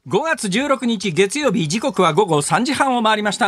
5月16日月曜日、時刻は午後3時半を回りました。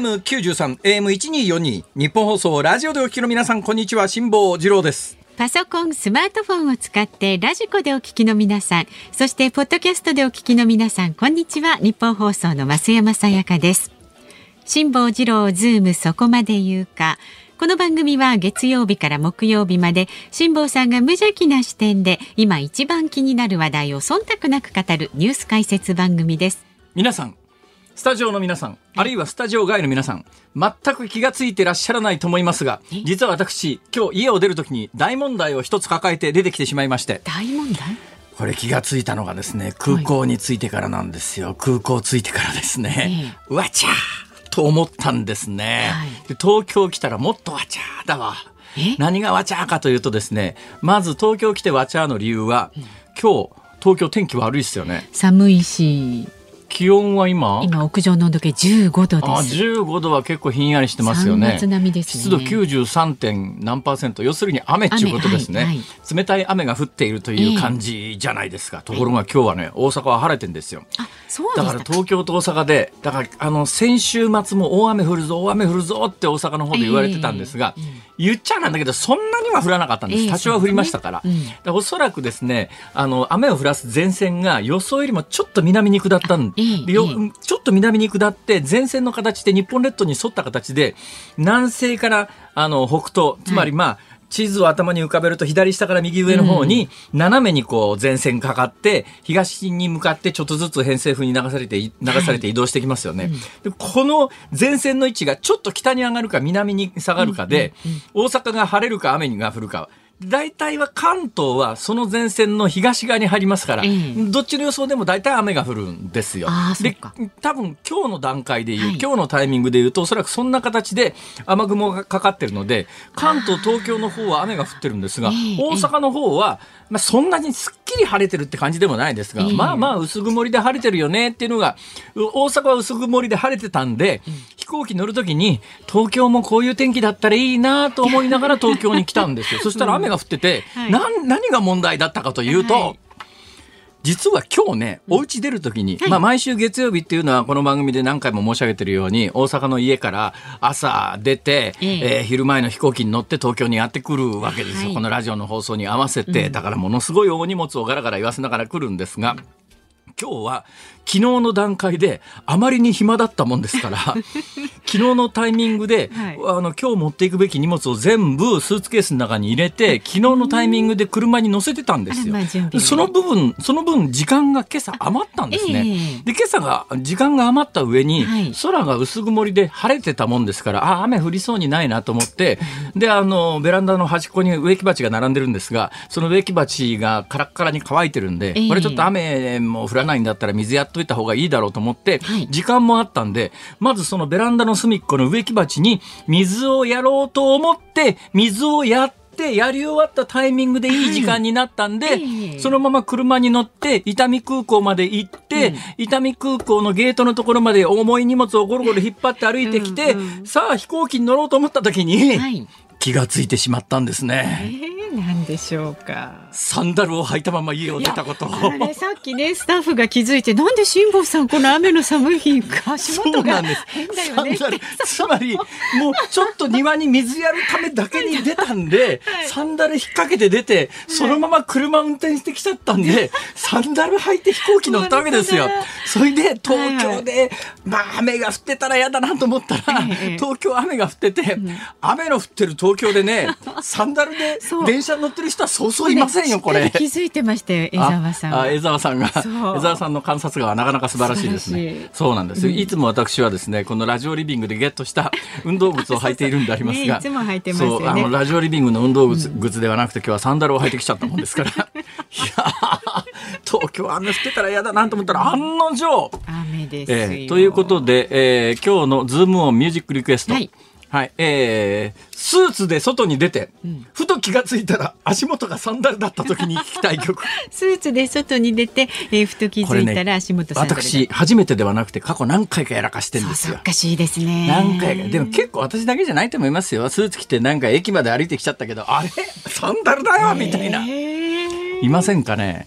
FM93 AM1242 日本放送ラジオでお聞きの皆さん、こんにちは。辛坊治郎です。 パソコン、スマートフォンを使ってラジコでお聞きの皆さん、そしてポッドキャストでお聞きの皆さん、こんにちは。日本放送の増山さやかです。辛坊治郎ズームそこまで言うか。この番組は月曜日から木曜日まで辛坊さんが無邪気な視点で今一番気になる話題を忖度なく語るニュース解説番組です。 皆さん、スタジオの皆さん、あるいはスタジオ外の皆さん、全く気がついてらっしゃらないと思いますが、実は私、今日家を出るときに大問題を一つ抱えて出てきてしまいまして。 大問題？ これ気がついたのがですね、空港に着いてからなんですよ。空港着いてからですね、うわちゃーと思ったんですね、で東京来たらもっとわちゃーだわ。何がわちゃーかというとですね、まず東京来てわちゃーの理由は、今日東京天気悪いですよね。 寒いし、気温は今屋上の温度計15度です。 15度は結構ひんやりしてますよね。 3月並みですね。 湿度 93. 点何%、要するに雨っていうことですね、冷たい雨が降っているという感じじゃないですか、ところが今日はね、大阪は晴れてんですよ。 そうだから東京と大阪で、だから先週末も大雨降るぞって大阪の方で言われてたんですが、言っちゃなんだけどそんなには降らなかったんです。多少は降りましたから、だからおそらくですね、雨を降らす前線が予想よりもちょっと南に下ったんで、ちょっと南に下って前線の形で日本列島に沿った形で南西から北東、つまり地図を頭に浮かべると左下から右上の方に斜めにこう前線かかって東に向かってちょっとずつ偏西風に流されて移動してきますよね、でこの前線の位置がちょっと北に上がるか南に下がるかで、大阪が晴れるか雨が降るか、大体は関東はその前線の東側に入りますから、どっちの予想でも大体雨が降るんですよ。で、多分今日の段階で今日のタイミングで言うと、おそらくそんな形で雨雲がかかってるので、関東東京の方は雨が降ってるんですが、大阪の方はそんなにすっきり晴れてるって感じでもないですが、薄曇りで晴れてるよねっていうのが、大阪は薄曇りで晴れてたんで、飛行機乗るときに東京もこういう天気だったらいいなと思いながら東京に来たんですよ。そしたら雨が降ってて、何が問題だったかというと、実は今日ね、お家出るときに、毎週月曜日っていうのはこの番組で何回も申し上げてるように、大阪の家から朝出て、昼前の飛行機に乗って東京にやってくるわけですよ、このラジオの放送に合わせて。だからものすごい大荷物をガラガラ言わせながら来るんですが、今日は昨日の段階であまりに暇だったもんですから昨日のタイミングで、今日持っていくべき荷物を全部スーツケースの中に入れて、昨日のタイミングで車に乗せてたんですよ。その分時間が今朝余ったんですね、で今朝が時間が余った上に、空が薄曇りで晴れてたもんですから、雨降りそうにないなと思って、でベランダの端っこに植木鉢が並んでるんですが、その植木鉢がカラッカラに乾いてるんで、これちょっと雨も降らないんだったら水やっといた方がいいだろうと思って、時間もあったんで、まずそのベランダの隅っこの植木鉢に水をやろうと思って水をやり終わったタイミングでいい時間になったんで、そのまま車に乗って伊丹空港まで行って、伊丹空港のゲートのところまで重い荷物をゴロゴロ引っ張って歩いてきて、さあ飛行機に乗ろうと思った時に、気がついてしまったんですね。 何でしょうか。 サンダルを履いたまま家を出たこと。 さっきね、スタッフが気づいて、なんで辛坊さんこの雨の寒い日足元が変だよねって。 つまりもうちょっと庭に水やるためだけに出たんで、サンダル引っ掛けて出て、そのまま車運転してきちゃったんで、サンダル履いて飛行機乗ったわけですよ。それで東京で、雨が降ってたら嫌だなと思ったら、東京雨が降ってて、雨の降ってる東京でね、サンダルで電車に乗ってる人はそうそういませんよ。これ気づいてましたよ、江澤さん。 江澤さんの観察眼はなかなか素晴らしいですね。そうなんですよ、いつも私はですね、このラジオリビングでゲットした運動靴を履いているんでありますが、 いつも履いてますよね。 ラジオリビングの運動靴ではなくて、今日はサンダルを履いてきちゃったもんですからいや東京雨降ってたら嫌だなと思ったら、案の定雨ですよ。 ということで、今日のズームオンミュージックリクエスト、スーツで外に出て、ふと気がついたら足元がサンダルだった時に聞きたい曲スーツで外に出て、ふと気づいたら足元サンダルだ、 私初めてではなくて過去何回かやらかしてるんですよ。 おかしいですね。 何回か。でも結構私だけじゃないと思いますよ。スーツ着てなんか駅まで歩いてきちゃったけど、あれサンダルだよみたいな、いませんかね。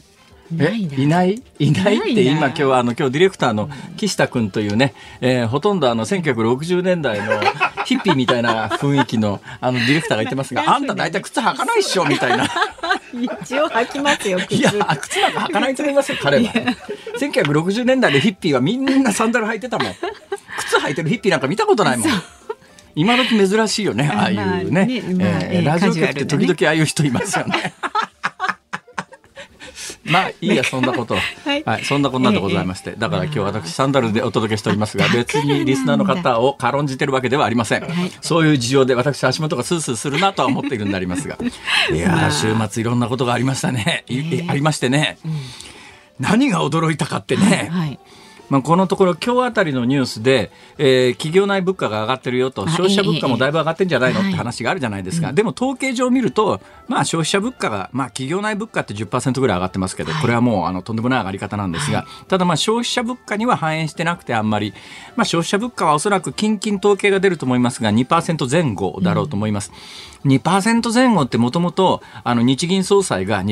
いないって今日ディレクターの岸田君というね、ほとんど1960年代のヒッピーみたいな雰囲気のディレクターが言ってますがあんた大体靴履かないっしょみたいな一応履きますよ。 いや靴なんか履かないと思いますよ彼は。1960年代でヒッピーはみんなサンダル履いてたもん。靴履いてるヒッピーなんか見たことないもん。今時珍しいよね、ああいうね、ラジオ局って時々ああいう人いますよね。まあいいやそんなこと、はい、そんなこんなでございまして、だから今日私サンダルでお届けしておりますが、別にリスナーの方を軽んじてるわけではありません、そういう事情で私足元がスースーするなとは思っているんでありますが、いや週末いろんなことがありましたね、ありましてね、何が驚いたかってね、このところ今日あたりのニュースで、企業内物価が上がってるよと、消費者物価もだいぶ上がってんじゃないのって話があるじゃないですか、でも統計上見ると、消費者物価が、企業内物価って 10% ぐらい上がってますけど、これはもうとんでもない上がり方なんですが、ただ消費者物価には反映してなくてあんまり、消費者物価はおそらく近々統計が出ると思いますが 2% 前後だろうと思います、2% 前後ってもともと日銀総裁が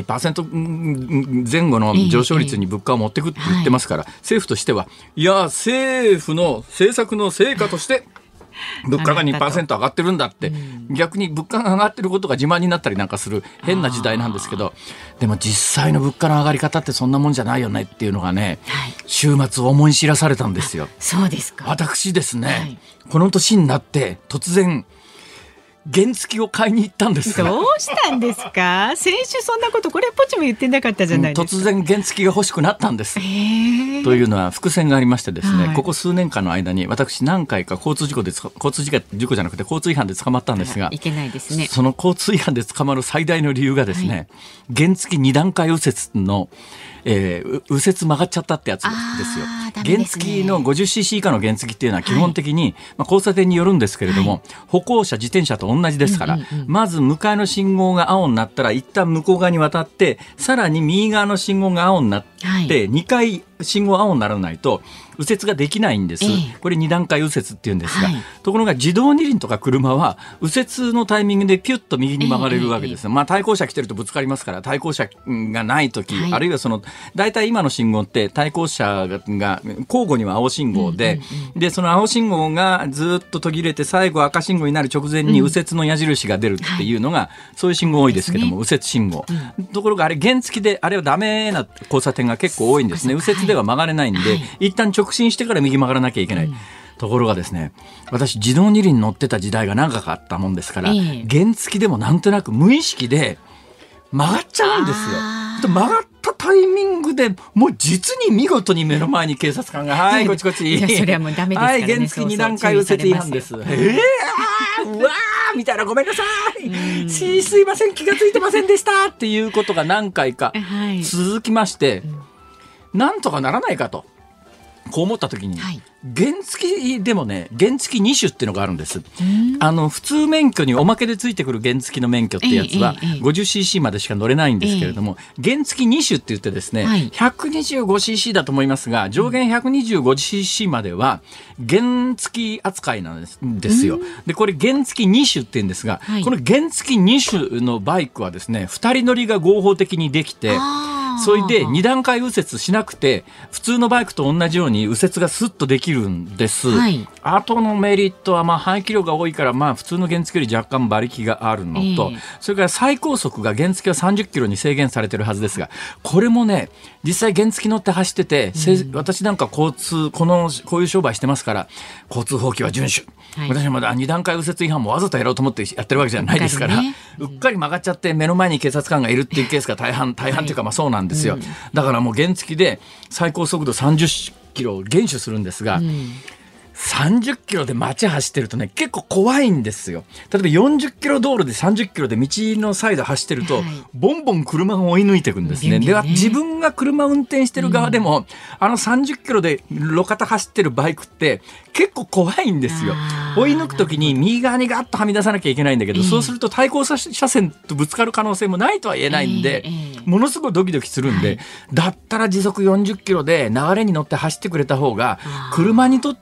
2% 前後の上昇率に物価を持っていくって言ってますから、政府としてはいや政府の政策の成果として物価が 2% 上がってるんだって、逆に物価が上がってることが自慢になったりなんかする変な時代なんですけど、でも実際の物価の上がり方ってそんなもんじゃないよねっていうのがね、週末思い知らされたんですよ。 そうですか。 私ですね、この年になって突然原付を買いに行ったんです。 どうしたんですか。先週そんなことこれっぽっちも言ってなかったじゃないですか。 突然原付が欲しくなったんです。というのは伏線がありましてですね、ここ数年間の間に私何回か交通事故じゃなくて交通違反で捕まったんですが、 いけないですね。 その交通違反で捕まる最大の理由がですね、原付2段階右折の右折曲がっちゃったってやつですよ。原付の 50cc 以下の原付っていうのは基本的に、交差点によるんですけれども、歩行者自転車と同じですから、まず向かいの信号が青になったら一旦向こう側に渡って、さらに右側の信号が青になって、2回信号青にならないと右折ができないんです、これ2段階右折っていうんですが、ところが自動二輪とか車は右折のタイミングでピュッと右に曲がれるわけです、対向車来てるとぶつかりますから、対向車がないとき、あるいは大体今の信号って対向車が交互には青信号で、でその青信号がずっと途切れて最後赤信号になる直前に右折の矢印が出るっていうのが、そういう信号多いですけども、右折信号、ところがあれ原付であれはダメな交差点が結構多いんですね。右折では曲がれないんで、一旦直進してから右曲がらなきゃいけない、ところがですね、私自動二輪乗ってた時代が長かったもんですから、原付でもなんとなく無意識で曲がっちゃうんですよ。曲がったタイミングでもう実に見事に目の前に警察官がはいこっちこっち、 いやそれはもうダメですからね、 はい原付2段階右折違反です、うわーみたいな、ごめんなさい、すいません気がついてませんでしたっていうことが何回か続きまして、なんとかならないかとこう思った時に、原付でもね、原付2種っていうのがあるんです。普通免許におまけでついてくる原付の免許ってやつは 50cc までしか乗れないんですけれども、原付2種って言ってですね、125cc だと思いますが、上限 125cc までは原付扱いなんですよ。でこれ原付2種って言うんですが、この原付2種のバイクはですね、2人乗りが合法的にできて、それで2段階右折しなくて普通のバイクと同じように右折がスッとできるんです、あとのメリットは排気量が多いから、普通の原付より若干馬力があるのと、それから最高速が原付は30キロに制限されてるはずですが、これもね実際原付乗って走ってて、私なんかこういう商売してますから交通法規は遵守、私はまだ2段階右折違反もわざとやろうと思ってやってるわけじゃないですから、うっかり曲がっちゃって目の前に警察官がいるっていうケースが大半っていうかそうなんですよ、だからもう原付で最高速度30キロを厳守するんですが、30キロで街走ってるとね結構怖いんですよ。例えば40キロ道路で30キロで道のサイド走ってると、ボンボン車が追い抜いていくんですね。では自分が車運転してる側でも、30キロで路肩走ってるバイクって結構怖いんですよ。追い抜くときに右側にガッとはみ出さなきゃいけないんだけど、そうすると対向車線とぶつかる可能性もないとは言えないんで、ものすごいドキドキするんで、だったら時速40キロで流れに乗って走ってくれた方が車にとっても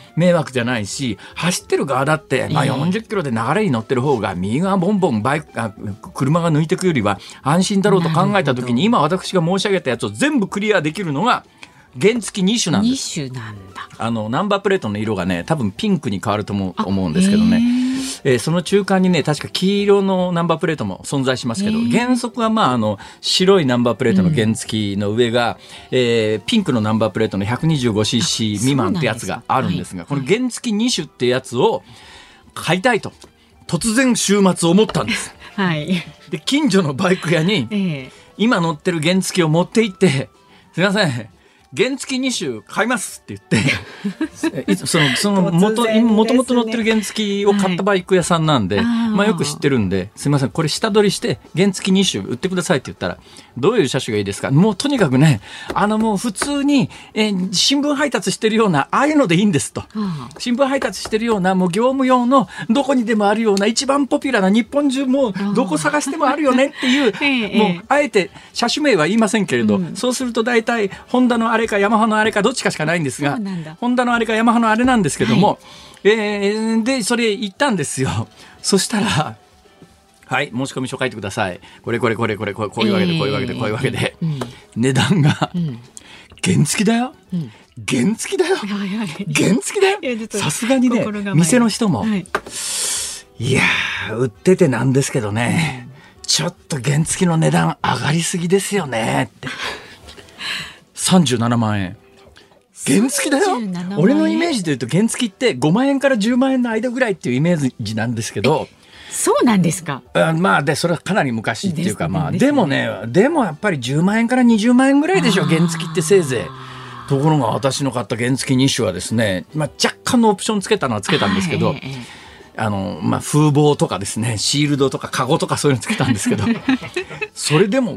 迷惑じゃないし、走ってる側だって、40キロで流れに乗ってる方が右側ボンボン車が抜いていくよりは安心だろうと考えた時に、今私が申し上げたやつを全部クリアできるのが原付2種なんです。 2種なんだ。 ナンバープレートの色がね、多分ピンクに変わると思うんですけどね、その中間にね、確か黄色のナンバープレートも存在しますけど、原則は白いナンバープレートの原付の上が、ピンクのナンバープレートの 125cc 未満ってやつがあるんですが、この原付2種ってやつを買いたいと突然週末思ったんです。で近所のバイク屋に、今乗ってる原付を持って行って、すいません、原付2種買いますって言ってそのもともと乗ってる原付を買ったバイク屋さんなんで、よく知ってるんで、すいません、これ下取りして原付2種売ってくださいって言ったら、どういう車種がいいですか。もうとにかくね、もう普通に、新聞配達してるようなああいうのでいいんですと、新聞配達してるようなもう業務用のどこにでもあるような一番ポピュラーな日本中もうどこ探してもあるよねっていうもうあえて車種名は言いませんけれど、そうすると大体ホンダのあれかヤマハのあれかどっちかしかないんですが、ホンダのあれかヤマハのあれなんですけども、でそれ行ったんですよ。そしたら、はい、申し込み書書いてください、これこういうわけでこういうわけでこういうわけで、値段が原付だよ、原付だよ、原付だよ。さすがにね、店の人も、いやー売っててなんですけどね、ちょっと原付の値段上がりすぎですよねって。37万円原付だよ。俺のイメージで言うと原付って5万円から10万円の間ぐらいっていうイメージなんですけど。 そうなんですか。 でそれはかなり昔っていうか、でもやっぱり10万円から20万円ぐらいでしょ原付ってせいぜい。ところが私の買った原付2種はですね、若干のオプションつけたのはつけたんですけど、風防とかですね、シールドとかカゴとかそういうのつけたんですけどそれでも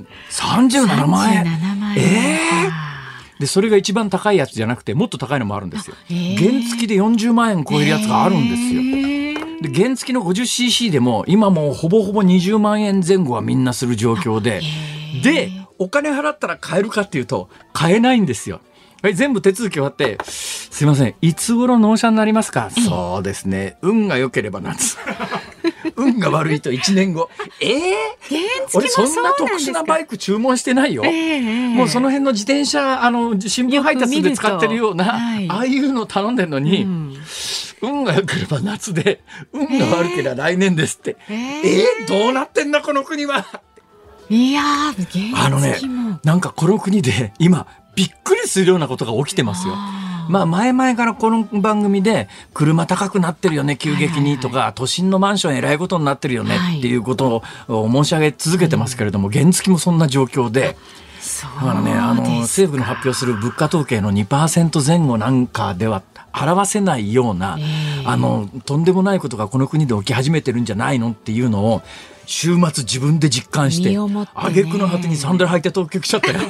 37万円。でそれが一番高いやつじゃなくてもっと高いのもあるんですよ。原付で40万円超えるやつがあるんですよ。で原付の 50cc でも今もうほぼほぼ20万円前後はみんなする状況で、お金払ったら買えるかっていうと買えないんですよ。全部手続き終わって、すいません、いつ頃納車になりますか。そうですね、運が良ければ夏運が悪いと1年後。俺そんな特殊なバイク注文してないよ、もうその辺の自転車新聞配達で使ってるような、ああいうの頼んでるのに、運が良ければ夏で運が悪ければ来年ですって。どうなってんだこの国は。 いやー、 なんかこの国で今びっくりするようなことが起きてますよ。前々からこの番組で車高くなってるよね急激にとか、都心のマンションえらいことになってるよねっていうことを申し上げ続けてますけれども、原付もそんな状況で、政府の発表する物価統計の 2% 前後なんかでは表せないような、とんでもないことがこの国で起き始めてるんじゃないのっていうのを週末自分で実感して、挙句の果てにサンダル履いて東京来ちゃったよ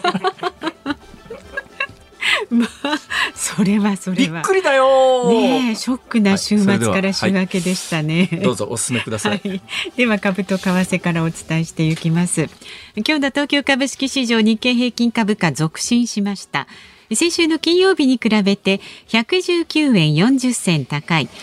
それはびっくりだよ、 ショックな週末から週明けでしたね、 どうぞお勧めください、 では株と為替からお伝えしていきます。今日の東京株式市場、日経平均株価続伸しました。先週の金曜日に比べて119円40銭高い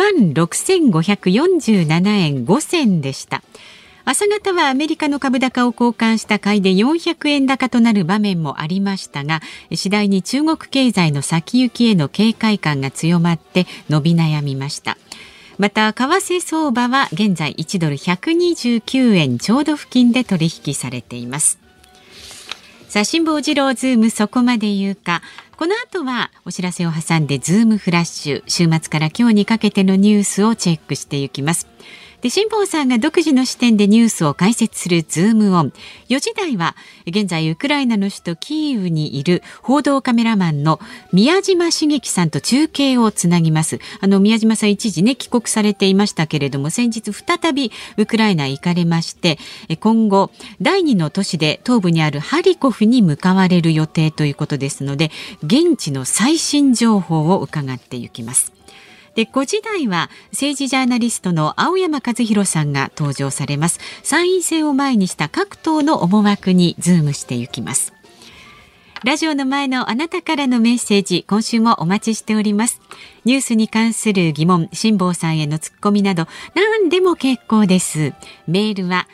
26,547 円5銭でした。朝方はアメリカの株高を交換した買いで400円高となる場面もありましたが、次第に中国経済の先行きへの警戒感が強まって伸び悩みました。また為替相場は現在1ドル129円ちょうど付近で取引されています。さあ、辛坊治郎ズームそこまで言うか。この後はお知らせを挟んでズームフラッシュ、週末から今日にかけてのニュースをチェックしていきます。で、辛坊さんが独自の視点でニュースを解説するズームオン。4時台は現在ウクライナの首都キーウにいる報道カメラマンの宮島茂樹さんと中継をつなぎます。宮島さん一時ね帰国されていましたけれども、先日再びウクライナへ行かれまして、今後第2の都市で東部にあるハリコフに向かわれる予定ということですので、現地の最新情報を伺っていきます。で、5時台は政治ジャーナリストの青山和弘さんが登場されます。参院選を前にした各党の思惑にズームしていきます。 ラジオの前のあなたからのメッセージ、今週もお待ちしております。ニュースに関する疑問、辛坊さんへのツッコミなど何でも結構です。メールは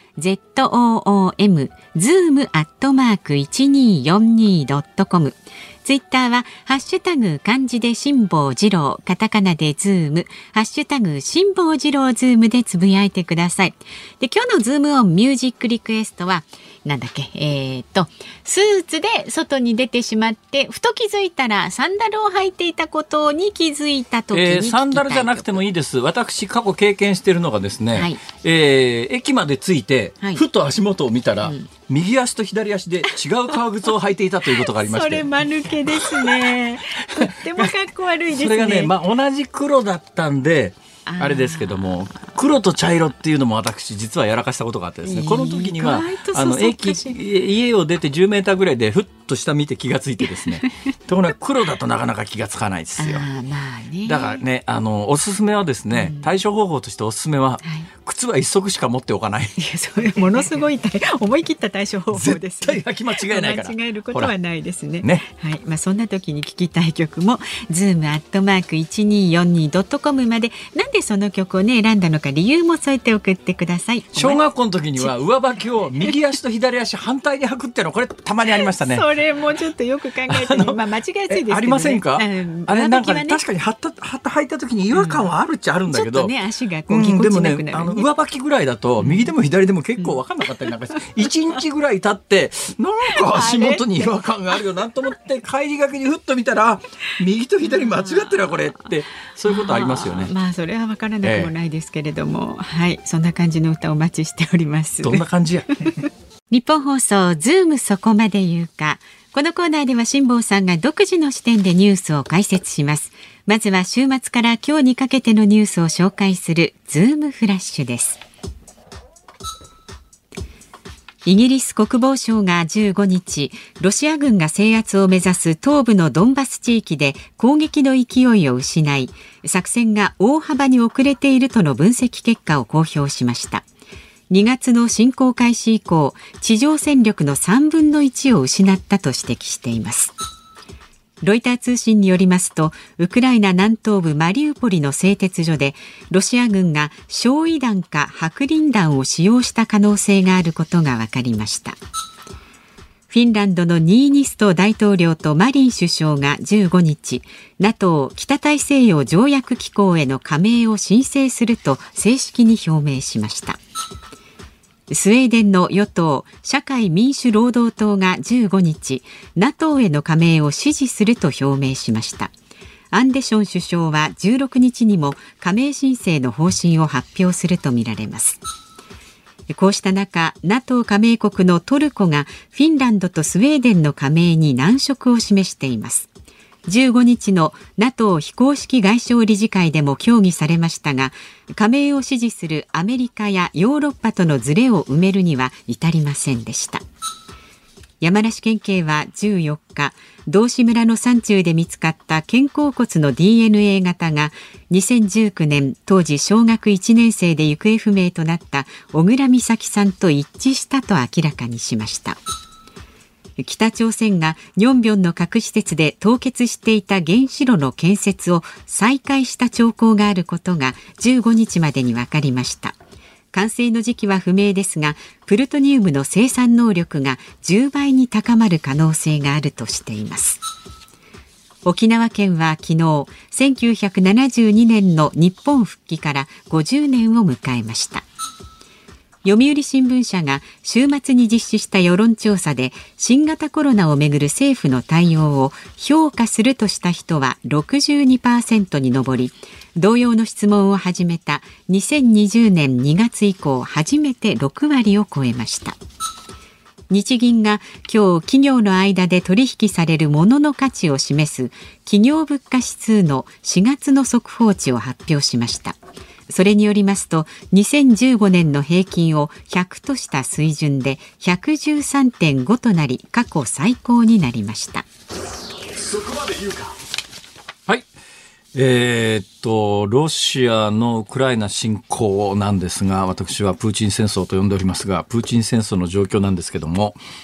zoom@1242.com、ツイッターはハッシュタグ漢字で辛坊治郎、カタカナでズーム、ハッシュタグ辛坊治郎ズームでつぶやいてください。で、今日のズームオンミュージックリクエストはなんだっけ、スーツで外に出てしまってふと気づいたらサンダルを履いていたことに気づいた時に聞きたい。 サンダルじゃなくてもいいです。私過去経験しているのがですね、はい、駅まで着いて、はい、ふと足元を見たら、右足と左足で違う革靴を履いていたということがありましてそれ間抜けですね。とってもかっこ悪いですね。 それがね、同じ黒だったんであれですけども、黒と茶色っていうのも私実はやらかしたことがあってですね、この時には家を出て10メーターぐらいでふっと下見て気がついてですねところが黒だとなかなか気がつかないですよ。だからね、おすすめはですね、対処方法としておすすめは、靴は一足しか持っておかない。いや、それものすごい思い切った対処方法です、ね、絶対履き間違えないから間違えることはないですね。はい、そんな時に聞きたい曲も zoom@1242.com まで、なんでその曲をね選んだのか理由も添えて送ってください。 小学校の時には上履きを右足と左足反対に履くっていうの、これたまにありましたね。 それもちょっとよく考えてみ間違いやすいですけどね。 ありませんか？あれなんか、ね、確かに履いた時に違和感はあるっちゃあるんだけど、 ちょっとね足がこうぎこちなくなるね。 でもね、上履きぐらいだと右でも左でも結構分かんなかったりなんかして、1日ぐらい経ってなんか足元に違和感があるよなんと思って帰りがけにふっと見たら右と左間違ってるわこれって、そういうことありますよね。 それは分からなくもないですけれども、はい、そんな感じの歌お待ちしております。 どんな感じや日本放送ズームそこまで言うか。このコーナーでは辛坊さんが独自の視点でニュースを解説します。まずは週末から今日にかけてのニュースを紹介するズームフラッシュです。イギリス国防省が15日、ロシア軍が制圧を目指す東部のドンバス地域で攻撃の勢いを失い、作戦が大幅に遅れているとの分析結果を公表しました。2月の侵攻開始以降、地上戦力の3分の1を失ったと指摘しています。ロイター通信によりますと、ウクライナ南東部マリウポリの製鉄所でロシア軍が焼夷弾か白リン弾を使用した可能性があることが分かりました。フィンランドのニーニスト大統領とマリン首相が15日、NATO 北大西洋条約機構への加盟を申請すると正式に表明しました。スウェーデンの与党社会民主労働党が15日 NATO への加盟を支持すると表明しました。アンデション首相は16日にも加盟申請の方針を発表するとみられます。こうした中、 NATO 加盟国のトルコがフィンランドとスウェーデンの加盟に難色を示しています。15日の NATO 非公式外相理事会でも協議されましたが、加盟を支持するアメリカやヨーロッパとのズレを埋めるには至りませんでした。山梨県警は14日、道志村の山中で見つかった肩甲骨の DNA 型が2019年当時小学1年生で行方不明となった小倉美咲さんと一致したと明らかにしました。北朝鮮がニョンビョンの核施設で凍結していた原子炉の建設を再開した兆候があることが15日までに分かりました。完成の時期は不明ですが、プルトニウムの生産能力が10倍に高まる可能性があるとしています。沖縄県は昨日、1972年の日本復帰から50年を迎えました。読売新聞社が週末に実施した世論調査で、新型コロナをめぐる政府の対応を評価するとした人は 62% に上り、同様の質問を始めた2020年2月以降初めて6割を超えました。日銀が今日、企業の間で取引される物の価値を示す企業物価指数の4月の速報値を発表しました。それによりますと、2015年の平均を100とした水準で 113.5 となり、過去最高になりました。そこまで言うか。 はい。ロシアのウクライナ侵攻なんですが、私はプーチン戦争と呼んでおりますが、プーチン戦争の状況なんですけども、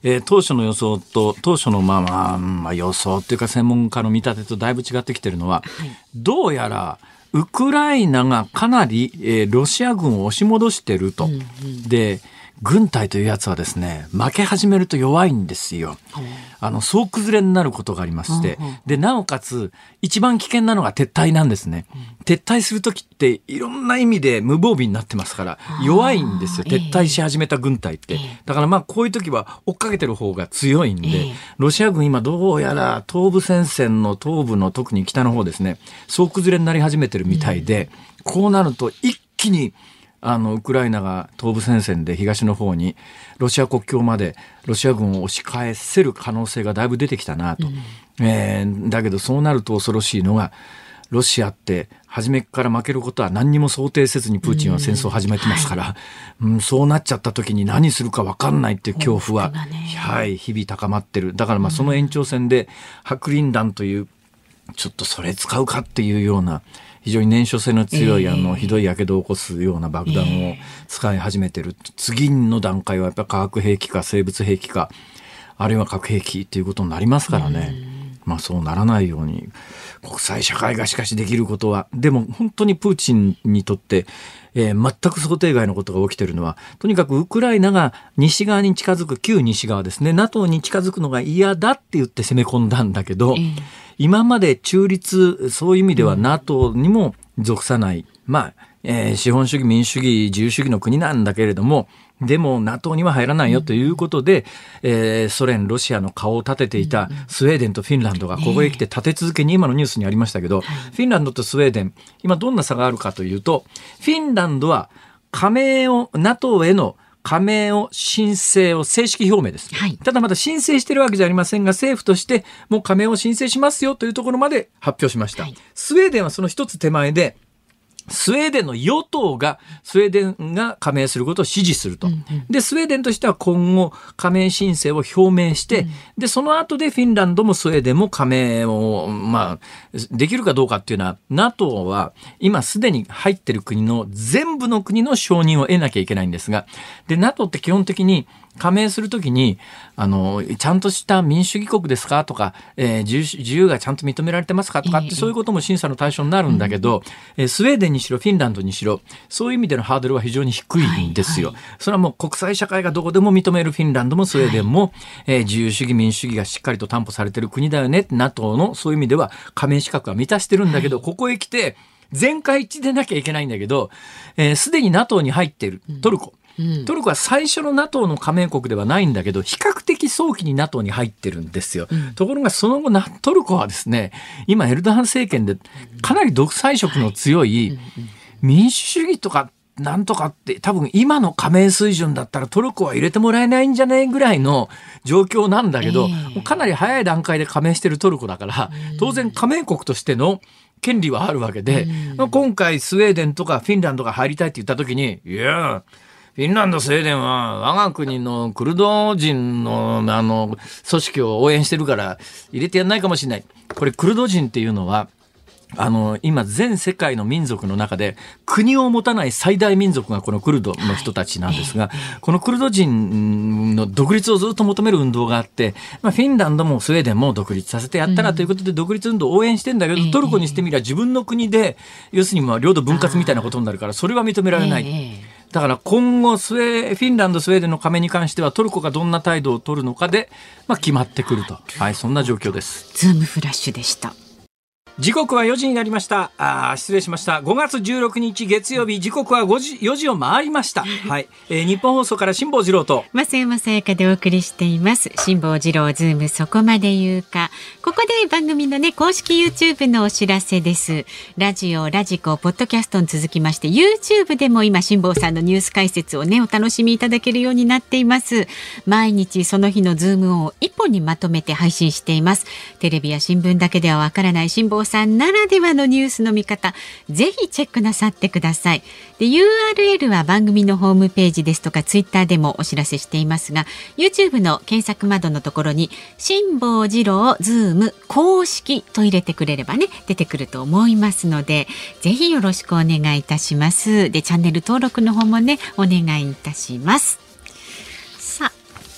当初の予想と当初の予想っていうか専門家の見立てとだいぶ違ってきてるのは、どうやらウクライナがかなり、ロシア軍を押し戻してると、で軍隊というやつはですね、負け始めると弱いんですよ。総崩れになることがありまして、でなおかつ一番危険なのが撤退なんですね。撤退するときっていろんな意味で無防備になってますから弱いんですよ、撤退し始めた軍隊って。だからこういう時は追っかけてる方が強いんで、ロシア軍今どうやら東部戦線の東部の特に北の方ですね、総崩れになり始めてるみたいで、こうなると一気にウクライナが東部戦線で東の方にロシア国境までロシア軍を押し返せる可能性がだいぶ出てきたなと、だけどそうなると恐ろしいのが、ロシアって初めから負けることは何にも想定せずにプーチンは戦争を始めてますから、そうなっちゃった時に何するか分かんないっていう恐怖は、日々高まってる。だからその延長線で白リン弾というちょっとそれ使うかっていうような非常に燃焼性の強いひどい火傷を起こすような爆弾を使い始めてる。次の段階はやっぱり化学兵器か生物兵器か、あるいは核兵器ということになりますからね。そうならないように国際社会がしかしできることは、でも本当にプーチンにとって、全く想定外のことが起きているのは、とにかくウクライナが西側に近づく、旧西側ですね、 NATO に近づくのが嫌だって言って攻め込んだんだけど、今まで中立、そういう意味では NATO にも属さない、資本主義民主主義自由主義の国なんだけれども、でも NATO には入らないよということで、ソ連ロシアの顔を立てていたスウェーデンとフィンランドがここへ来て立て続けに、今のニュースにありましたけど、フィンランドとスウェーデン今どんな差があるかというと、フィンランドは加盟を NATO への加盟を申請を正式表明です、ただまだ申請しているわけじゃありませんが、政府としてもう加盟を申請しますよというところまで発表しました、スウェーデンはその一つ手前で、スウェーデンの与党がスウェーデンが加盟することを支持すると、でスウェーデンとしては今後加盟申請を表明して、でその後でフィンランドもスウェーデンも加盟を、できるかどうかっていうのは NATO は今すでに入ってる国の全部の国の承認を得なきゃいけないんですが、で NATO って基本的に加盟するときにちゃんとした民主主義国ですかとか、自由がちゃんと認められてますかとかって、そういうことも審査の対象になるんだけど、スウェーデンにしろフィンランドにしろそういう意味でのハードルは非常に低いんですよ、それはもう国際社会がどこでも認めるフィンランドもスウェーデンも、自由主義民主主義がしっかりと担保されている国だよね、 NATO のそういう意味では加盟資格は満たしてるんだけど、ここへ来て全会一致でなきゃいけないんだけど、すでに NATO に入っているトルコ、トルコは最初の NATO の加盟国ではないんだけど、比較的早期に NATO に入ってるんですよ、ところがその後トルコはですね、今エルドアン政権でかなり独裁色の強い民主主義とかなんとかって、多分今の加盟水準だったらトルコは入れてもらえないんじゃないぐらいの状況なんだけど、かなり早い段階で加盟してるトルコだから、当然加盟国としての権利はあるわけで、今回スウェーデンとかフィンランドが入りたいって言った時に、いやフィンランド、スウェーデンは我が国のクルド人の組織を応援してるから入れてやんないかもしれない。これクルド人っていうのは今全世界の民族の中で国を持たない最大民族がこのクルドの人たちなんですが、このクルド人の独立をずっと求める運動があって、フィンランドもスウェーデンも独立させてやったらということで独立運動を応援してんだけど、トルコにしてみれば自分の国で要するに領土分割みたいなことになるから、それは認められない。だから今後フィンランド、スウェーデンの加盟に関してはトルコがどんな態度を取るのかで、決まってくると、そんな状況です。 ズームフラッシュでした。 時刻は4時になりました。失礼しました。5月16日月曜日、時刻は4時を回りました。日本放送から辛坊治郎と増山さやかでお送りしています。辛坊治郎ズームそこまで言うか。ここで番組の公式 YouTube のお知らせです。ラジオ、ラジコ、ポッドキャストに続きまして YouTube でも今辛坊さんのニュース解説をお楽しみいただけるようになっています。毎日その日のズームを一本にまとめて配信しています。テレビや新聞だけではわからない辛坊さんならではのニュースの見方、ぜひチェックなさってください。で URL は番組のホームページですとか Twitter でもお知らせしていますが、 YouTube の検索窓のところに辛坊治郎ズーム公式と入れてくれれば出てくると思いますので、ぜひよろしくお願いいたします。でチャンネル登録の方もお願いいたします。さあ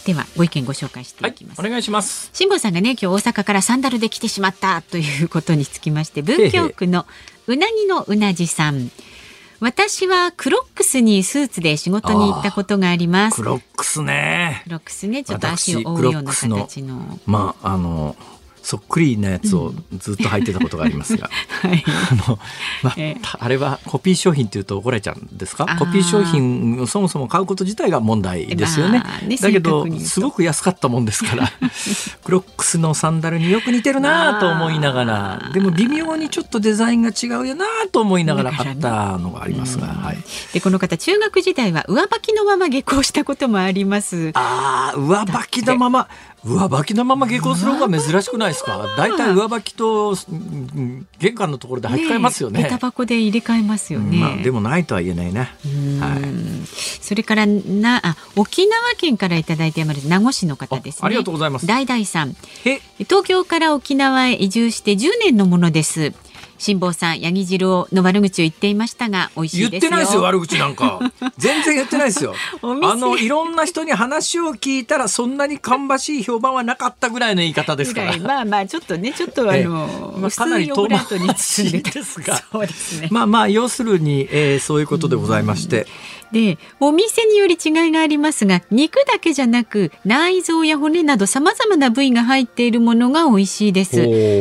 ではご意見ご紹介していきます。 はい、お願いします。 辛坊さんがね、今日大阪からサンダルで来てしまったということにつきまして、文京区のうなぎのうなじさん、私はクロックスにスーツで仕事に行ったことがあります。 クロックスね。 クロックスね、ちょっと足を覆うような形の。 まあそっくりなやつをずっと履いてたことがありますが、はい、あれはコピー商品っていうと怒られちゃうんですか？コピー商品をそもそも買うこと自体が問題ですよね。だけどすごく安かったもんですからクロックスのサンダルによく似てるなと思いながら、でも微妙にちょっとデザインが違うよなと思いながら買ったのがありますが、はい、 でこの方中学時代は上履きのまま下校したこともあります。 上履きのまま下校する方が珍しくないですか？だいたい上履きと玄関のところで履き替えますよね。 下駄箱で入れ替えますよね。 でもないとは言えないな。はい、 それから沖縄県からいただいています名護市の方ですね。 ありがとうございます。 大々さん、東京から沖縄へ移住して10年のものです。辛坊さん、ヤギ汁の悪口を言っていましたが美味しいですよ。 言ってないですよ、悪口なんか全然言ってないですよいろんな人に話を聞いたらそんなに芳しい評判はなかったぐらいの言い方ですから、 ちょっとかなり遠回りに包んでですがそうですね。 要するに、そういうことでございまして、 でお店により違いがありますが、肉だけじゃなく内臓や骨などさまざまな部位が入っているものが美味しいです。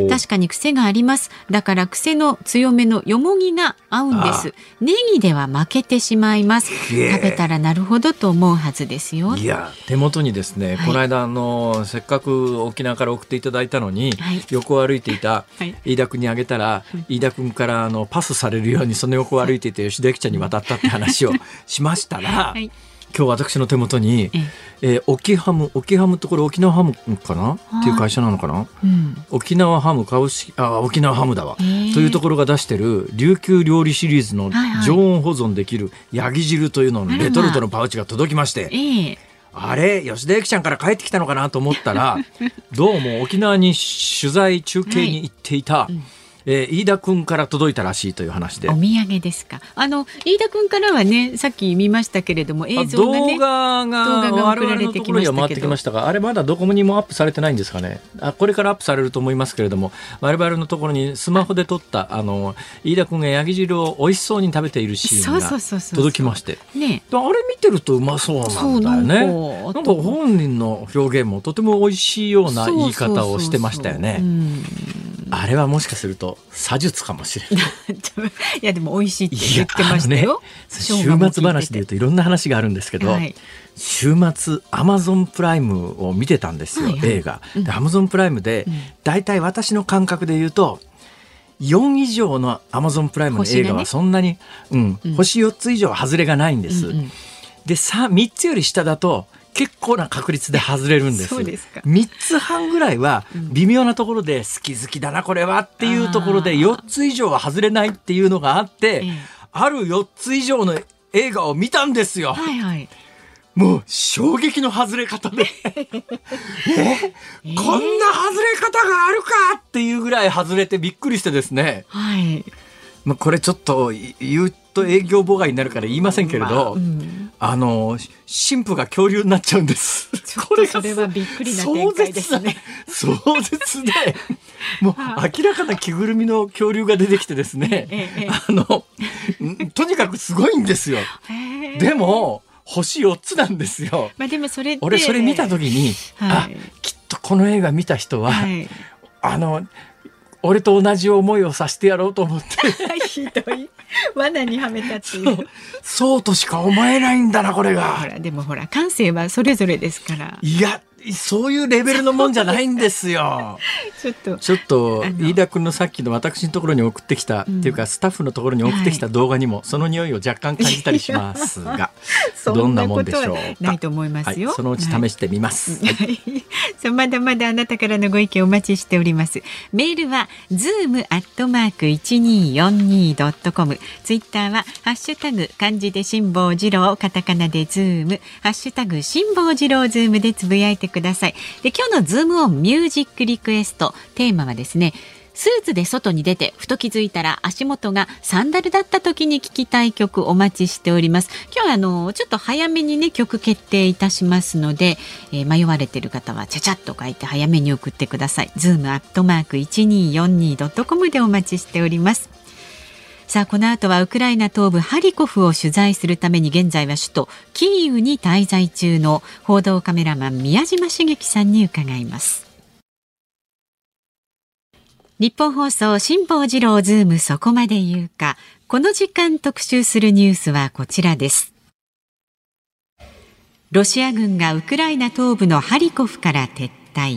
確かに癖があります。だから癖の強めのよもぎが合うんです。ネギでは負けてしまいます。食べたらなるほどと思うはずですよ。 いや手元にですね、この間せっかく沖縄から送っていただいたのに、横を歩いていた飯田君にあげたら、飯田君からパスされるようにその横を歩いていた吉田由紀ちゃんに渡ったって話をしましたら、今日私の手元に、沖ハムってこれ沖縄ハムかなっていう会社なのかな、沖縄ハム沖縄ハムだわ、というところが出してる琉球料理シリーズの常温保存できるヤギ汁というののレトルトのパウチが届きまして、あれ吉田由紀ちゃんから帰ってきたのかなと思ったらどうも沖縄に取材中継に行っていた、飯田君から届いたらしいという話で、 お土産ですか。飯田君からはね、さっき見ましたけれども映像がね、 動画が我々のところには回ってきましたが、あれまだどこにもアップされてないんですかね。これからアップされると思いますけれども、我々のところにスマホで撮った飯田君がヤギ汁を美味しそうに食べているシーンが届きまして、あれ見てるとうまそうなんだよね。なんか本人の表現もとても美味しいような言い方をしてましたよね。あれはもしかすると詐術かもしれないいやでも美味しいって言ってましたよ。 週末話でいうといろんな話があるんですけど、週末アマゾンプライムを見てたんですよ、映画で。アマゾンプライムでだいたい私の感覚で言うと4以上のアマゾンプライムの映画はそんなに、星4つ以上は外れがないんです、で3つより下だと結構な確率で外れるんです。 そうですか。 3つ半ぐらいは微妙なところで好きだなこれはっていうところで4つ以上は外れないっていうのがあって、ある4つ以上の映画を見たんですよ。もう衝撃の外れ方でこんな外れ方があるかっていうぐらい外れてびっくりしてですね、これちょっと言うと営業妨害になるから言いませんけれど、神父が恐竜になっちゃうんです。 それはびっくりな展開ですね。 壮絶でもう明らかな着ぐるみの恐竜が出てきてですね、とにかくすごいんですよ。でも星4つなんですよ。 でも俺それ見た時に、きっとこの映画見た人は、俺と同じ思いをさせてやろうと思ってひどい罠にはめたっていう。 そうとしか思えないんだなこれが。 でも感性はそれぞれですから。 いやそういうレベルのもんじゃないんですよちょっと飯田君のさっきの私のところに送ってきた、っていうかスタッフのところに送ってきた動画にもその匂いを若干感じたりしますがどんなもんでしょうか。 ないと思いますよ、 そのうち試してみます、 まだまだあなたからのご意見お待ちしております。メールは zoom@1242.com、 ツイッターはハッシュタグ漢字で辛坊治郎、カタカナでズーム、ハッシュタグ辛坊治郎ズームでつぶやいてください。で今日のズームオンミュージックリクエストテーマはですね、 スーツで外に出てふと気づいたら足元がサンダルだった時に聴きたい曲お待ちしております。今日はちょっと早めにね曲決定いたしますので、迷われている方はちゃちゃっと書いて早めに送ってください。zoom@1242.com でお待ちしております。さあこの後はウクライナ東部ハリコフを取材するために現在は首都キーウに滞在中の報道カメラマン宮島茂樹さんに伺います。日本放送辛坊治郎ズームそこまで言うか。この時間特集するニュースはこちらです。ロシア軍がウクライナ東部のハリコフから撤退。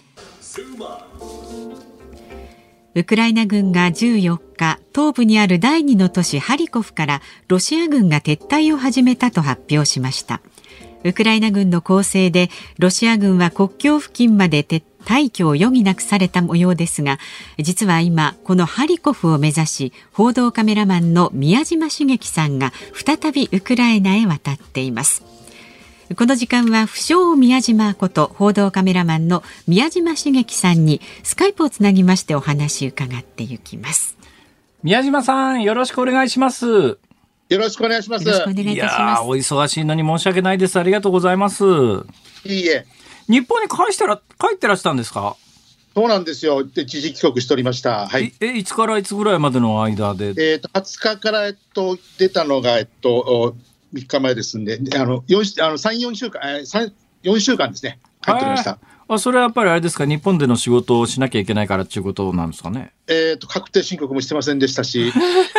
ウクライナ軍が14日、東部にある第2の都市ハリコフからロシア軍が撤退を始めたと発表しました。ウクライナ軍の攻勢でロシア軍は国境付近まで退去を余儀なくされた模様ですが、実は今このハリコフを目指し報道カメラマンの宮島茂樹さんが再びウクライナへ渡っています。この時間は不詳宮島こと報道カメラマンの宮島茂樹さんにスカイプをつなぎましてお話伺っていきます。 宮島さん、よろしくお願いします。 よろしくお願いします。 よろしくお願いいたします。 お忙しいのに申し訳ないです。ありがとうございます。 いいえ。 日本に帰ってらしたんですか？ そうなんですよ。一時帰国しておりました。はい。 いつからいつぐらいまでの間で 20日から、出たのが、3日前ですんで、4週間ですね。帰っておりました。 それはやっぱりあれですか、日本での仕事をしなきゃいけないからっていうことなんですかね。 確定申告もしてませんでしたし。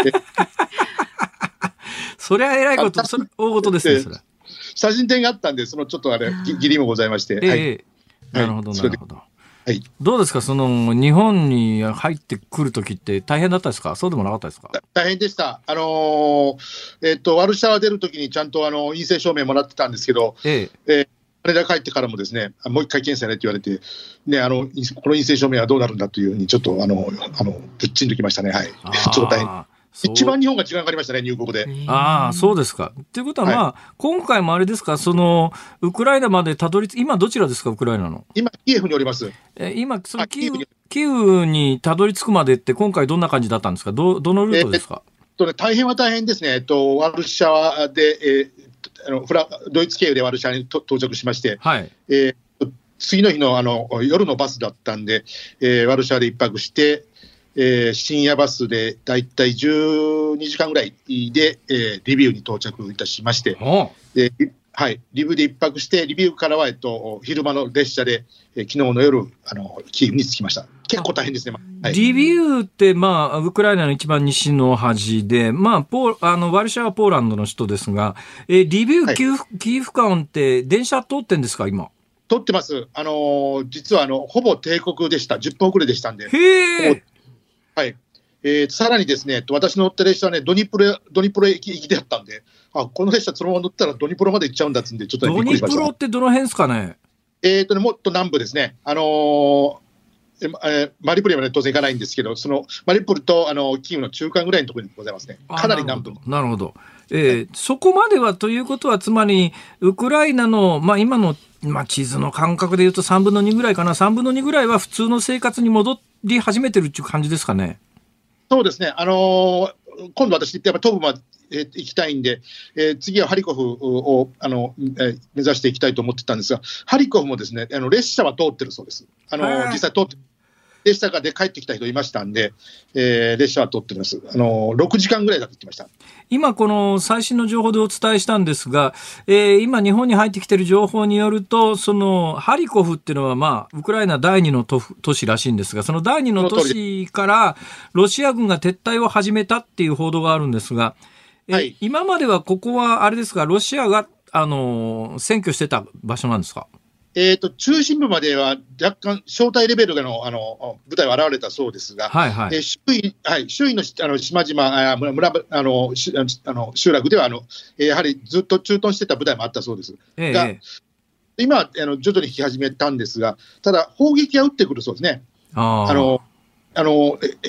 それは偉いこと、大事ですね、それ。 写真展があったんで、ちょっと義理もございまして。はい。 なるほど、なるほど。 はい、 どうですか、日本に入ってくるときって大変だったですか？そうでもなかったですか？ 大変でした。ワルシャワ出るときにちゃんと陰性証明もらってたんですけど、羽田帰ってからもですね、もう一回検査やれって言われて、ね、この陰性証明はどうなるんだというふうにちょっとぶっちんときましたね。はい。ちょっと大変。一番日本が時間かかりましたね、入国で。 そうですか。ということは、今回もあれですか、ウクライナまで今どちらですか、ウクライナの。 今、キエフにおります。 今、キーウにたどり着くまでって、今回どんな感じだったんですか？どのルートですか？ 大変は大変ですね。ワルシャワで、ドイツ経由でワルシャワに到着しまして、はい、次の日の、夜のバスだったんで、ワルシャワで一泊して、深夜バスでだいたい12時間ぐらいで、リビウに到着いたしまして、はい、リビウで一泊して、リビウからは、昼間の列車で、昨日の夜キーウに着きました。結構大変ですね。 はい、リビウって、ウクライナの一番西の端で、ワルシャワはポーランドの首都ですが、リビウ、キーフ間って電車通ってんですか、今。 通ってます。実はほぼ定刻でした。10分遅れでしたんで。はい。さらにですね、私の乗った列車はね、ドニプロ駅であったんで、この列車そのまま乗ったらドニプロまで行っちゃうんだっつんで、ちょっとびっくりしました。 ドニプロってどの辺ですかね？ もっと南部ですね。マリウポリまで当然行かないんですけど、マリウポリとキーウの中間ぐらいのところにございますね。かなり南部。 なるほど。そこまではということは、つまり、ウクライナの、今の、地図の感覚でいうと3分の2ぐらいかな、3分の2ぐらいは普通の生活に戻り始めてるっていう感じですかね。 そうですね。今度私、やっぱ東部まで行きたいんで、次はハリコフを目指していきたいと思ってたんですが、ハリコフもですね、列車は通ってるそうです。実際通って列車で帰ってきた人いましたんで、列車は通ってます。6時間ぐらいだと言ってました。 今この最新の情報でお伝えしたんですが、今日本に入ってきている情報によると、ハリコフっていうのはウクライナ第2の都市らしいんですが、その第2の都市からロシア軍が撤退を始めたっていう報道があるんですが、今まではここはあれですか、ロシアが占拠してた場所なんですか？ 中心部までは若干小隊レベルの部隊は現れたそうですが、周囲の島々、村、集落ではやはりずっと駐屯してた部隊もあったそうですが、今は徐々に引き始めたんですが、ただ砲撃は撃ってくるそうですね。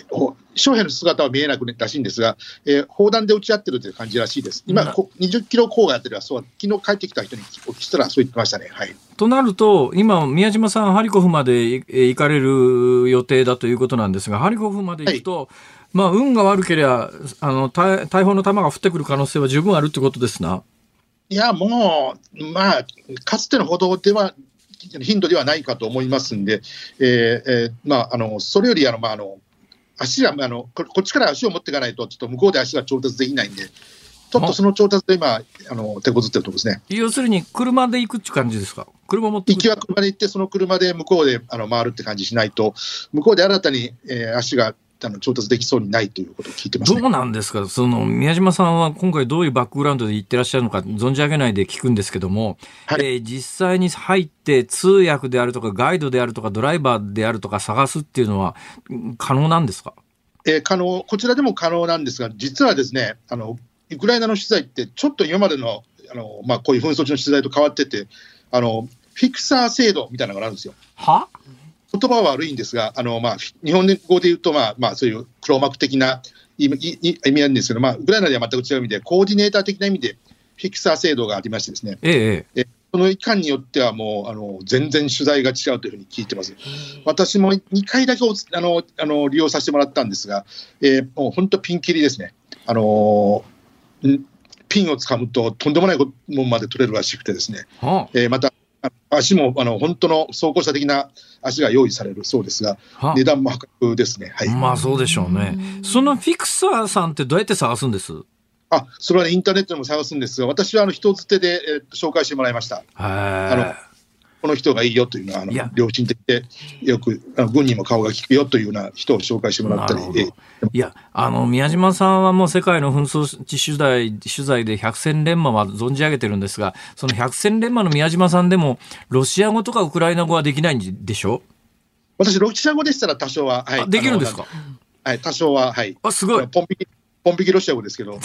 将兵の姿は見えなくらしいんですが、砲弾で撃ち合ってるという感じらしいです。今、20キロ郊外あたりは昨日帰ってきた人にお聞きしたらそう言ってましたね。はい。 となると、今、宮島さん、ハリコフまで行かれる予定だということなんですが、ハリコフまで行くと、運が悪ければ大砲の弾が降ってくる可能性は十分あるということですな。 いや、もう、かつてのほどでは、頻度ではないかと思いますんで、それより足がこっちから足を持っていかないと、ちょっと向こうで足が調達できないんで、ちょっとその調達で今、手こずってるところですね。 要するに、車で行くっていう感じですか？車持って行きは車で行って、その車で向こうで回るって感じしないと、向こうで新たに、足が調達できそうにないということを聞いてますね。 どうなんですか？宮島さんは今回どういうバックグラウンドで行ってらっしゃるのか存じ上げないで聞くんですけども、実際に入って通訳であるとかガイドであるとかドライバーであるとか探すっていうのは可能なんですか？ こちらでも可能なんですが、実はですね、ウクライナの取材ってちょっと今までの、こういう紛争地の取材と変わってて、フィクサー制度みたいなのがあるんですよ。 は？ 言葉は悪いんですが、日本語で言うと、そういう黒幕的な意味なんですけど、ウクライナでは全く違う意味で、コーディネーター的な意味で、フィクサー制度がありましてですね、その期間によってはもう、全然取材が違うというふうに聞いてます。私も2回だけ利用させてもらったんですが、もう本当ピンキリですね。ピンをつかむととんでもないものまで取れるらしくてですね、また、足も本当の装甲車的な足が用意されるそうですが、値段も破格ですね。はい。 そうでしょうね。そのフィクサーさんってどうやって探すんです？ それは、インターネットでも探すんですが、私は人づてで、紹介してもらいました。この人がいいよというのは良心的でよく軍にも顔が利くよというような人を紹介してもらったり。 宮島さんはもう世界の紛争地取材で百戦錬磨は存じ上げてるんですが、その百戦錬磨の宮島さんでもロシア語とかウクライナ語はできないんでしょ？ 私ロシア語でしたら多少は、 できるんですか？ 多少は、 すごい。 ポン引きロシア語ですけど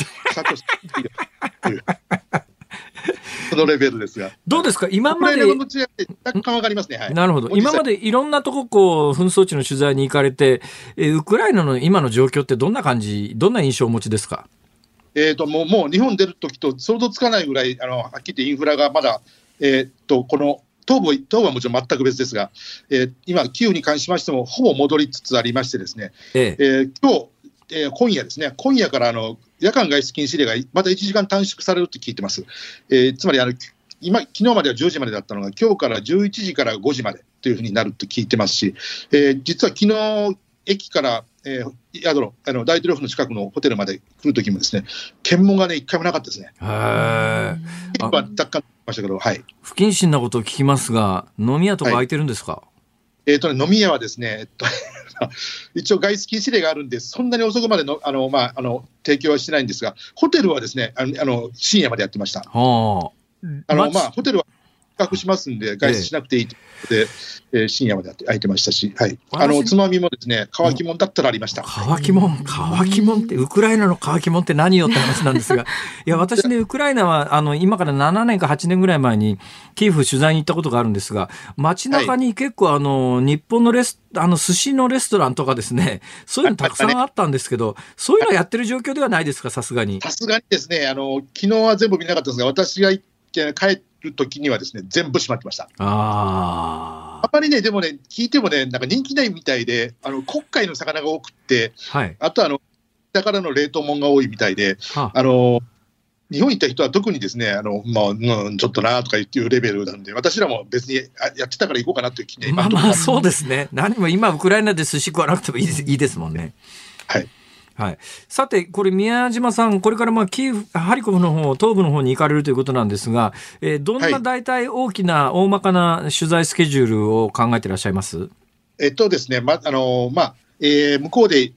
そのレベルですが。 どうですか？今まで。 若干わかりますね。 なるほど。今までいろんなとこ紛争地の取材に行かれて、ウクライナの今の状況ってどんな印象をお持ちですか？ もう日本出るときと想像つかないぐらい、はっきり言ってインフラがまだ、この東部はもちろん全く別ですが、今、キーウに関しましてもほぼ戻りつつありましてですね、今夜ですね、今夜から夜間外出禁止令がまた1時間短縮されると聞いてます。つまり昨日までは10時までだったのが、今日から11時から5時までというふうになると聞いてますし、実は昨日、駅から、大統領府の近くのホテルまで来るときもですね、検問がね、一回もなかったですね。若干ましたけど、 不謹慎なことを聞きますが、飲み屋とか空いてるんですか？ 飲み屋はですね、一応外出禁止令があるんで、そんなに遅くまで提供はしてないんですが、ホテルはですね、深夜までやってました。ホテルは比較しますんで、外出しなくていいということで、深夜まで空いてましたし、つまみもですね、乾きもんだったらありました。 乾きもんって、ウクライナの乾きもんって何よって話なんですが、いや、私ね、ウクライナは、今から7年か8年ぐらい前に、キーフ取材に行ったことがあるんですが、街中に結構、日本の寿司のレストランとかですね、そういうのたくさんあったんですけど、そういうのやってる状況ではないですか、さすがに。 さすがにですね、昨日は全部見なかったんですが、私が帰る時にはですね、全部閉まってました。あまりね、でもね、聞いてもね、なんか人気ないみたいで、黒海の魚が多くって、あとだからの冷凍物が多いみたいで、日本に行った人は特にですね、ちょっとなとか言っていうレベルなんで、私らも別にやってたから行こうかなという気にそうですね。何も今、ウクライナで寿司食わなくてもいいですもんね。さて、これ、宮島さん、これからハリコフの方、東部の方に行かれるということなんですが、どんな大体大まかな取材スケジュールを考えていらっしゃいます？ ですね、向こうで、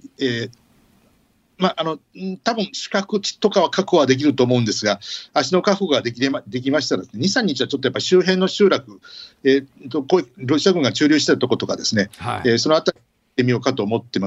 多分宿泊地とかは確保はできると思うんですが、足の確保ができましたら、2、3日はちょっとやっぱり周辺の集落、ロシア軍が駐留しているところとかですね、そのあたりってみようかと思ってます。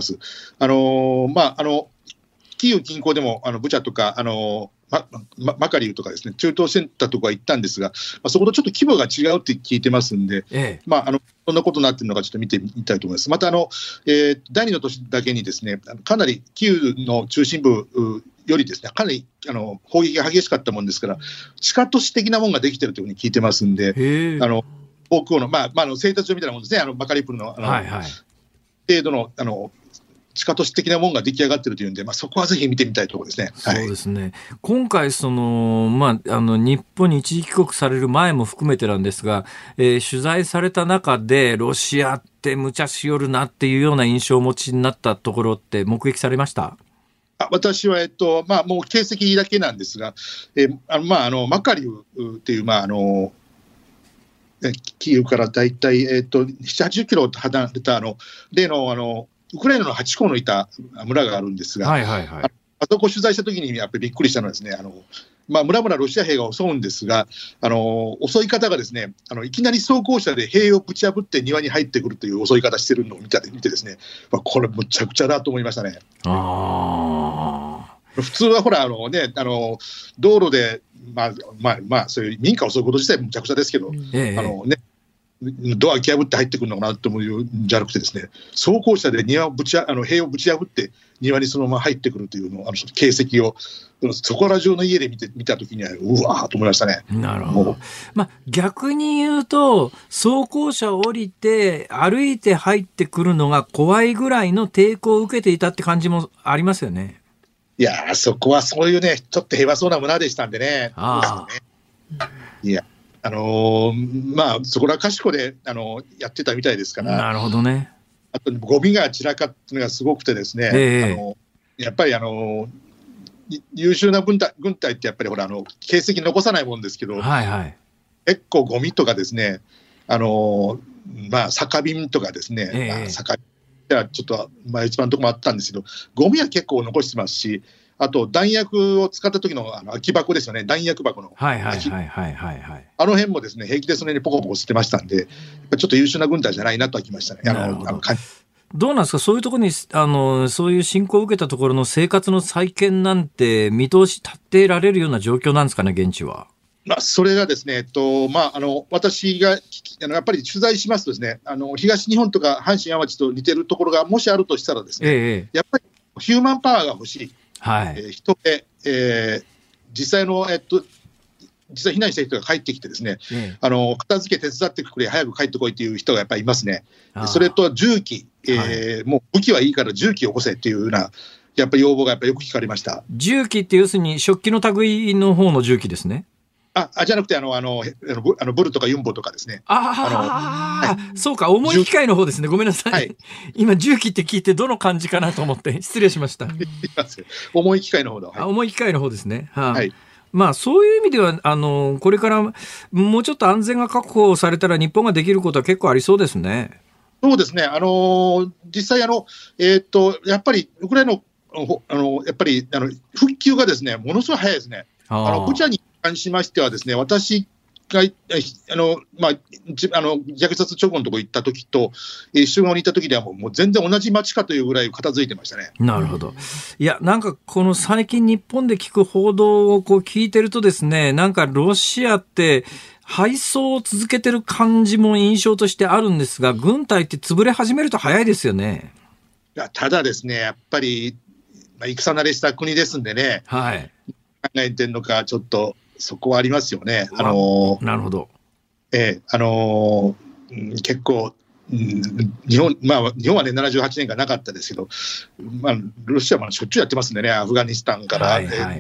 キーウ近郊でもブチャとかマカリウとかですね、中東センターとか行ったんですが、そことちょっと規模が違うって聞いてますんで、 どんなことになっているのかちょっと見てみたいと思います。また第2の都市だけにですね、かなりキーウの中心部よりですね、かなり砲撃が激しかったもんですから、地下都市的なものができているというふうに聞いてますんで、防空の、製鉄所みたいなものですね、マカリプルの、程度の地下都市的なものが出来上がっているというんで、そこはぜひ見てみたいところですね。 そうですね。今回日本に一時帰国される前も含めてなんですが、取材された中でロシアって無茶しよるなっていうような印象をお持ちになったところって目撃されました？ 私は、もう形跡だけなんですが、マカリウっていう、キーウからだいたい7、80キロ離れた例のウクライナの8校のいた村があるんですが、あそこを取材したときにやっぱりびっくりしたのはですね、村々ロシア兵が襲うんですが、襲い方がですね、いきなり装甲車で塀をぶち破って庭に入ってくるという襲い方してるのを見てですね、これむちゃくちゃだと思いましたね。普通はほら道路で、そういう民家を襲うこと自体むちゃくちゃですけど、ドア破って入ってくるのかなと思うんじゃなくてですね、装甲車で塀をぶち破って庭にそのまま入ってくるというの形跡をそこら中の家で見たときにはうわーと思いましたね。 なるほど。逆に言うと装甲車を降りて歩いて入ってくるのが怖いぐらいの抵抗を受けていたって感じもありますよね。 いやそこはそういうね、ちょっと平和そうな村でしたんでね。いやそこらかしこでやってたみたいですから。なるほどね。 あとゴミが散らかってのがすごくてですね、やっぱり優秀な軍隊ってやっぱりほら形跡残さないもんですけど、結構ゴミとかですね、酒瓶とかですね、酒瓶はちょっと一番のところもあったんですけど、ゴミは結構残してますし、あと弾薬を使った時の空き箱ですよね、弾薬箱のあの辺もですね、平気でその辺にポコポコ捨てましたんで、ちょっと優秀な軍隊じゃないなとはきましたね。 どうなんですか、そういうところにそういう侵攻を受けたところの生活の再建なんて見通し立てられるような状況なんですかね、現地は。 それがですね、私がやっぱり取材しますとですね、東日本とか阪神・淡路と似てるところがもしあるとしたらですね、やっぱりヒューマンパワーが欲しい。人で、実際避難した人が帰ってきてですね、片付け手伝ってくれ、早く帰ってこいという人がやっぱりいますね。それと重機、もう武器はいいから重機を起こせっていうようなやっぱり要望がやっぱりよく聞かれました。 重機って要するに食器の類の方の重機ですね。 じゃなくてブルとかユンボとかですね。 そうか、重い機械の方ですね。ごめんなさい。今重機って聞いてどの感じかなと思って失礼しました。 重い機械の方だ。 重い機械の方ですね。そういう意味ではこれからもうちょっと安全が確保されたら日本ができることは結構ありそうですね。 そうですね。実際やっぱりウクライナのやっぱり復旧がですねものすごい早いですね。ブチャに関しましてはですね、私が虐殺直後のところ行った時と集合に行った時ではもう全然同じ町かというぐらい片付いてましたね。 なるほど。いや、なんかこの最近日本で聞く報道を聞いてるとですね、なんかロシアって敗走を続けてる感じも印象としてあるんですが、軍隊って潰れ始めると早いですよね。 いや、ただですね、やっぱり、戦慣れした国ですんでね、考えてるのかちょっとそこはありますよね。 なるほど。 結構、日本はね78年間なかったですけど、ロシアはしょっちゅうやってますんでね、アフガニスタンから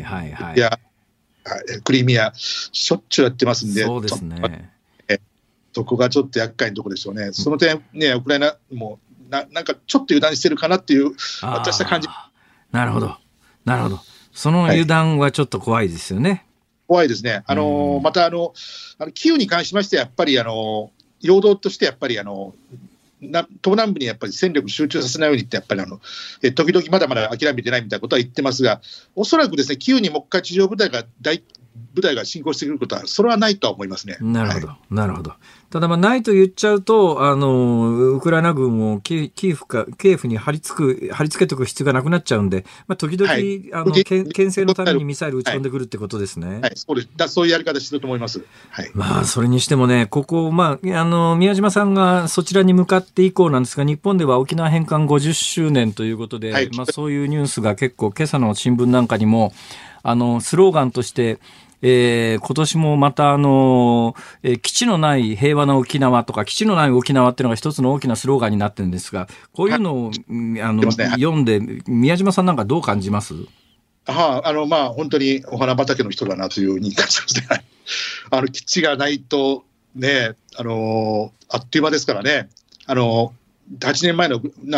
クリミアしょっちゅうやってますんで、 そうですね。 そこがちょっと厄介なところでしょうね。その点ね、ウクライナもなんかちょっと油断してるかなっていう私した感じ。 なるほど。その油断はちょっと怖いですよね。 怖いですね。またキーウに関しましてやっぱり陽動としてやっぱり東南部にやっぱり戦力集中させないようにってやっぱり時々まだまだ諦めてないみたいなことは言ってますが、おそらくですねキーウにもう一回地上部隊が進行してくることはそれはないとは思いますね。 なるほど。 ただないと言っちゃうとウクライナ軍をキエフに貼り付けておく必要がなくなっちゃうんで、時々、牽制のためにミサイル撃ち込んでくるってことですね。 そういうやり方してると思います。 それにしてもね、ここ、宮島さんがそちらに向かって以降なんですが、日本では沖縄返還50周年ということで、そういうニュースが結構今朝の新聞なんかにもスローガンとして今年もまた基地のない平和な沖縄とか基地のない沖縄っていうのが一つの大きなスローガンになってるんですが、こういうのを、読んで宮島さんなんかどう感じます？ 本当にお花畑の人だなというふうに感じますね。基地がないとね、あっという間ですからね。8年前の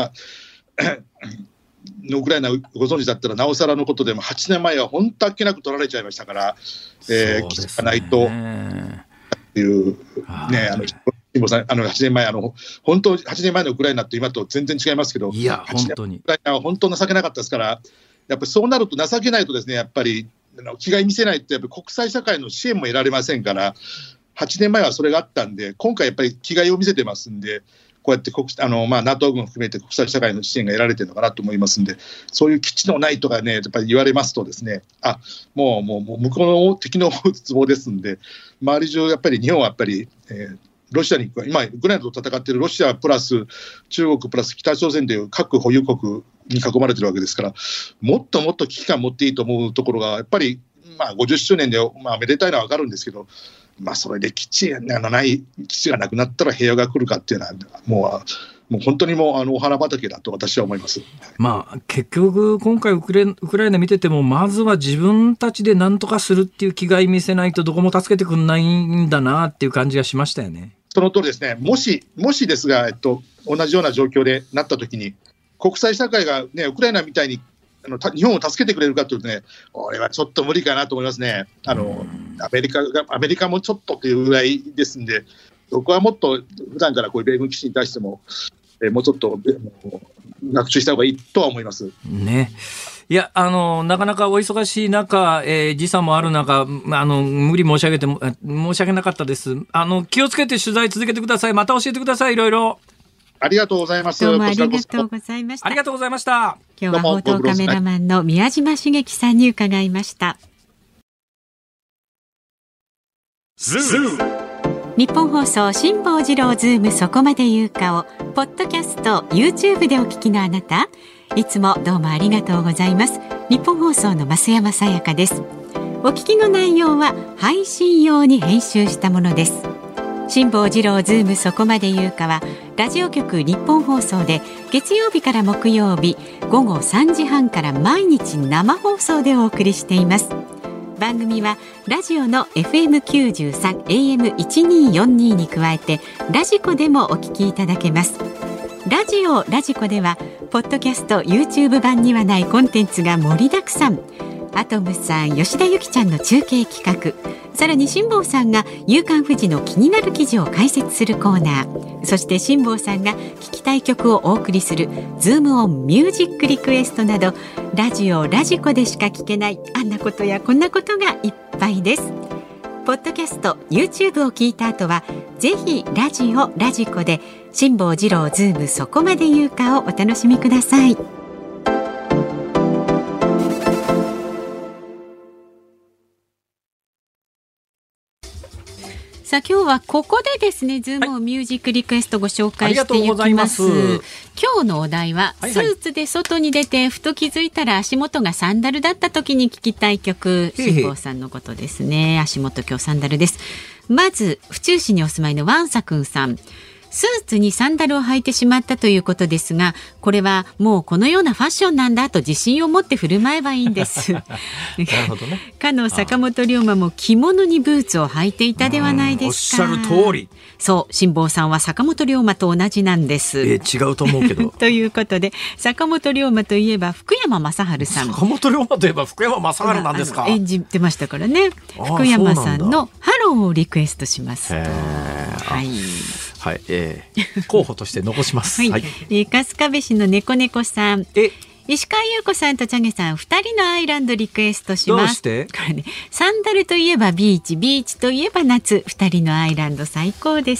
ウクライナご存知だったらなおさらのことでも、8年前は本当あっけなく取られちゃいましたから、基地がないとっていうね、8年前本当8年前のウクライナって今と全然違いますけど、 いや本当にウクライナは本当情けなかったですから、やっぱりそうなると情けないとですね、やっぱり気概見せないとやっぱり国際社会の支援も得られませんから、8年前はそれがあったんで、今回やっぱり気概を見せてますんで、こうやってNATO 軍含めて国際社会の支援が得られてるのかなと思いますんで、そういう基地のないとかね、やっぱり言われますとですね、もう向こうの敵の都合ですんで、周り中やっぱり日本はやっぱり、ロシアに今ウクライナと戦っているロシアプラス中国プラス北朝鮮という核保有国に囲まれてるわけですから、もっともっと危機感持っていいと思うところがやっぱり、50周年で、めでたいのは分かるんですけど、それで基地がなくなったら平和が来るかっていうのはもう本当にお花畑だと私は思います。 結局今回ウクライナ見てても、まずは自分たちで何とかするっていう気概見せないとどこも助けてくんないんだなっていう感じがしましたよね。 その通りですね。もしですが、同じような状況でなったときに、国際社会が、ウクライナみたいに日本を助けてくれるかというとね、俺はちょっと無理かなと思いますね。アメリカもちょっとというぐらいですんで、僕はもっと普段からこういう米軍基地に対しても、もうちょっと学習した方がいいとは思いますね。いやなかなかお忙しい中、時差もある中、無理申し上げても申し訳なかったです。気をつけて取材続けてください。また教えてください。いろいろありがとうございます。 どうもありがとうございました。 ありがとうございました。 今日は報道カメラマンの宮島茂樹さんに伺いました。日本放送辛坊治郎ズームそこまで言うかをポッドキャスト YouTube でお聞きのあなた、いつもどうもありがとうございます。日本放送の増山さやかです。お聞きの内容は配信用に編集したものです。辛坊治郎ズームそこまで言うかはラジオ局日本放送で月曜日から木曜日午後3時半から毎日生放送でお送りしています。番組はラジオの FM93 AM1242 に加えてラジコでもお聞きいただけます。ラジコではポッドキャスト YouTube 版にはないコンテンツが盛りだくさん。アトムさん、吉田ゆきちゃんの中継企画、さらに辛坊さんが夕刊フジの気になる記事を解説するコーナー、そして辛坊さんが聞きたい曲をお送りするズームオンミュージックリクエストなど、ラジコでしか聞けないあんなことやこんなことがいっぱいです。ポッドキャスト YouTube を聞いた後はぜひラジコで辛坊治郎ズームそこまで言うかをお楽しみください。さあ今日はここでですね、ズームをミュージックリクエストご紹介していきます。今日のお題は、スーツで外に出てふと気づいたら足元がサンダルだった時に聴きたい曲、辛坊さんのことですね。足元今日サンダルです。まず府中市にお住まいのワンサくんさん、スーツにサンダルを履いてしまったということですが、これはもうこのようなファッションなんだと自信を持って振る舞えばいいんですなるほどね。かの坂本龍馬も着物にブーツを履いていたではないですか。 おっしゃる通り。 そう、辛坊さんは坂本龍馬と同じなんです。 違うと思うけどということで、坂本龍馬といえば福山雅治さん。 坂本龍馬といえば福山雅治なんですか。 演じてましたからね。福山さんのハローをリクエストしますと。はいはい、候補として残します。 はい、春日部市の猫猫さん、 石川優子さんとチャゲさん、2人のアイランドリクエストします。 どうして？ これね、サンダルといえばビーチ、ビーチといえば夏、2人のアイランド最高です。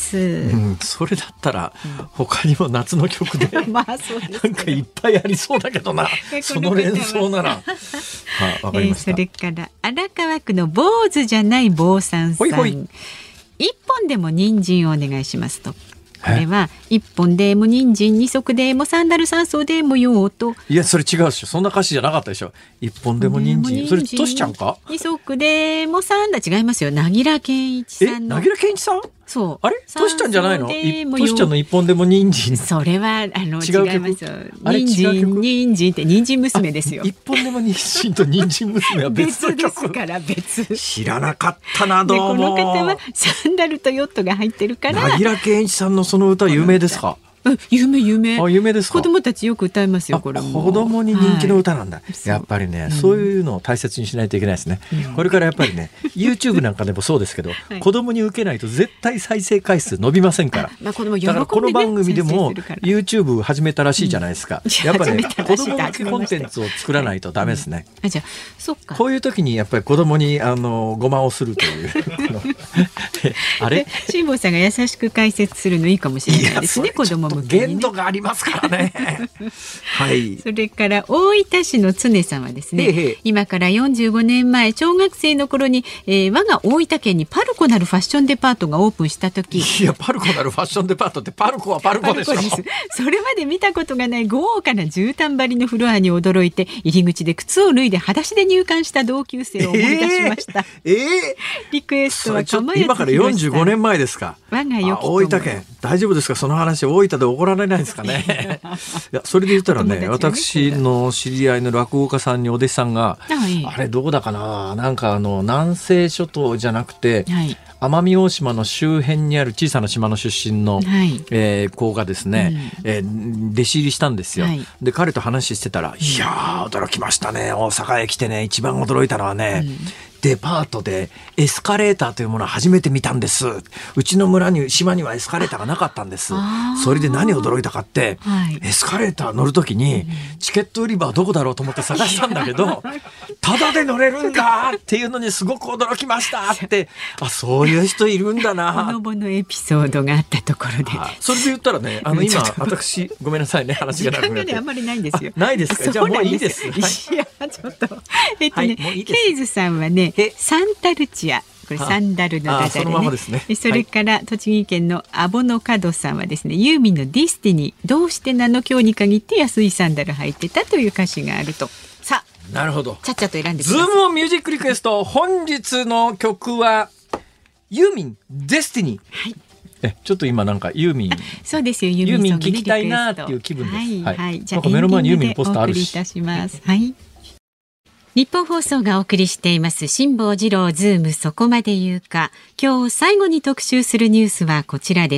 それだったら、他にも夏の曲でまあそうです、 なんかいっぱいありそうだけどなその連想ならわかりました。 それから荒川区の坊主じゃない坊さんさん、 ほいほい、 一本でも人参をお願いしますと。これは一本でも人参、二足でもサンダル、三層でも用と。 いやそれ違うでしょ、そんな歌詞じゃなかったでしょ。一本でも人参、それトシちゃんか。 二足でもサンダル、違いますよ、凪良健一さんの。 凪良健一さん、 そう、 あれトシちゃんじゃないの。トシちゃんの一本でも人参、 それは違いますよ。人参って人参娘ですよ。 一本でも人参と人参娘は別の曲ですから別。知らなかったな。どうも。 この方はサンダルとヨットが入ってるから。 凪良健一さんのその歌有名ですか。 有名。 有名ですか。 子供たちよく歌いますよ。これも子供に人気の歌なんだ、やっぱりね、そういうのを大切にしないといけないですね、これからやっぱりねYouTube なんかでもそうですけど、子供に受けないと絶対再生回数伸びませんから、だからこの番組でも YouTube 始めたらしいじゃないですか、やっぱりね子供向けコンテンツを作らないとダメですね、 じゃあそっか、 こういう時にやっぱり子供にごまをするというあれ辛坊さんが優しく解説するのいいかもしれないですね。子供向けにね、 限度がありますからねはい。 それから大分市の常さんはですね、今から45年前、小学生の頃に、我が大分県にパルコなるファッションデパートがオープンした時、 いやパルコなるファッションデパートって、パルコはパルコでしょ。 それまで見たことがない豪華な絨毯張りのフロアに驚いて、入り口で靴を脱いで裸足で入館した同級生を思い出しました、リクエストは今から45年前ですか。 我が良き大分県大丈夫ですか、その話。大分で怒られないですかねいやそれで言ったらね、私の知り合いの落語家さんにお弟子さんが、あれどうだかな、なんか南西諸島じゃなくて、奄美大島の周辺にある小さな島の出身の、子がですね、弟子入りしたんですよ、で彼と話してたら、いや驚きましたね、大阪へ来てね一番驚いたのはね、デパートでエスカレーターというものを初めて見たんです。うちの島にはエスカレーターがなかったんです。それで何驚いたかって、エスカレーター乗るときにチケット売り場はどこだろうと思って探したんだけどタダで乗れるんだっていうのにすごく驚きましたって。そういう人いるんだな。 ほのぼのエピソードがあったところで、 それで言ったらね、今私ごめんなさいね、話が長くなって。 あんまりないんですよ。 ないですか。じゃあもういいです。 いやちょっとケイズさんはね、サンタルチア、これサンダルのダジャレね。そのままですね。それから栃木県のアボノカドさんはですね、ユーミンのディスティニー、どうしてなの今日に限って安いサンダル履いてたという歌詞があると。さあ、なるほど、ちゃっちゃと選んでください。 ズームオンミュージックリクエスト、本日の曲はユーミンディスティニー。ちょっと今なんかユーミン、 そうですよ、ユーミン聞きたいなっていう気分です。じゃあ目の前にユーミンのポスターあるし、お送りいたします。日本放送がお送りしています辛坊治郎ズームそこまで言うか。今日最後に特集するニュースはこちらです。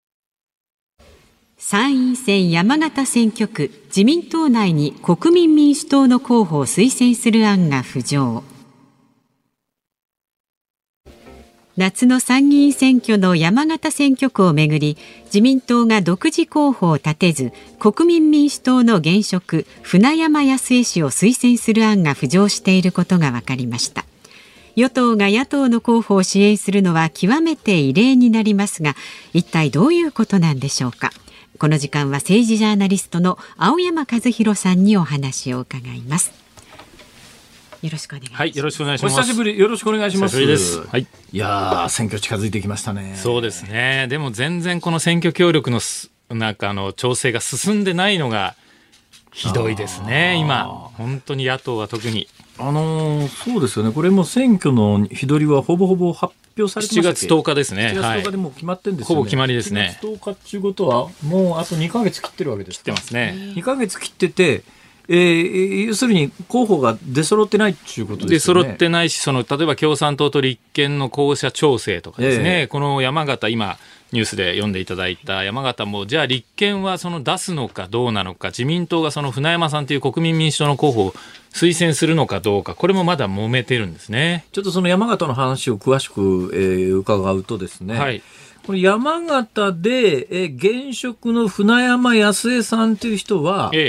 参院選山形選挙区、自民党内に国民民主党の候補を推薦する案が浮上。夏の参議院選挙の山形選挙区をめぐり、自民党が独自候補を立てず、国民民主党の現職船山康江氏を推薦する案が浮上していることが分かりました。与党が野党の候補を支援するのは極めて異例になりますが、一体どういうことなんでしょうか。この時間は政治ジャーナリストの青山和弘さんにお話を伺います。よろしくお願いします。 よろしくお願いします。 お久しぶり、よろしくお願いします。 久しぶりです。 いや選挙近づいてきましたね。 そうですね。でも全然この選挙協力のなんか調整が進んでないのがひどいですね。今本当に野党は特にそうですよね。これも選挙の日取りはほぼほぼ発表されてましたっけ。 7月10日ですね。 7月10日でもう決まってるんですよね。 ほぼ決まりですね。 7月10日っていうことはもうあと2ヶ月切ってるわけですか。 切ってますね。 2ヶ月切ってて、要するに候補が出揃ってないということですよね。 出揃ってないし、例えば共産党と立憲の候補者調整とかですね、この山形、今ニュースで読んでいただいた山形も、じゃあ立憲は出すのかどうなのか、自民党が船山さんという国民民主党の候補を推薦するのかどうか、これもまだ揉めてるんですね。 ちょっとその山形の話を詳しく、伺うとですね、これ山形で、現職の船山康江さんという人は、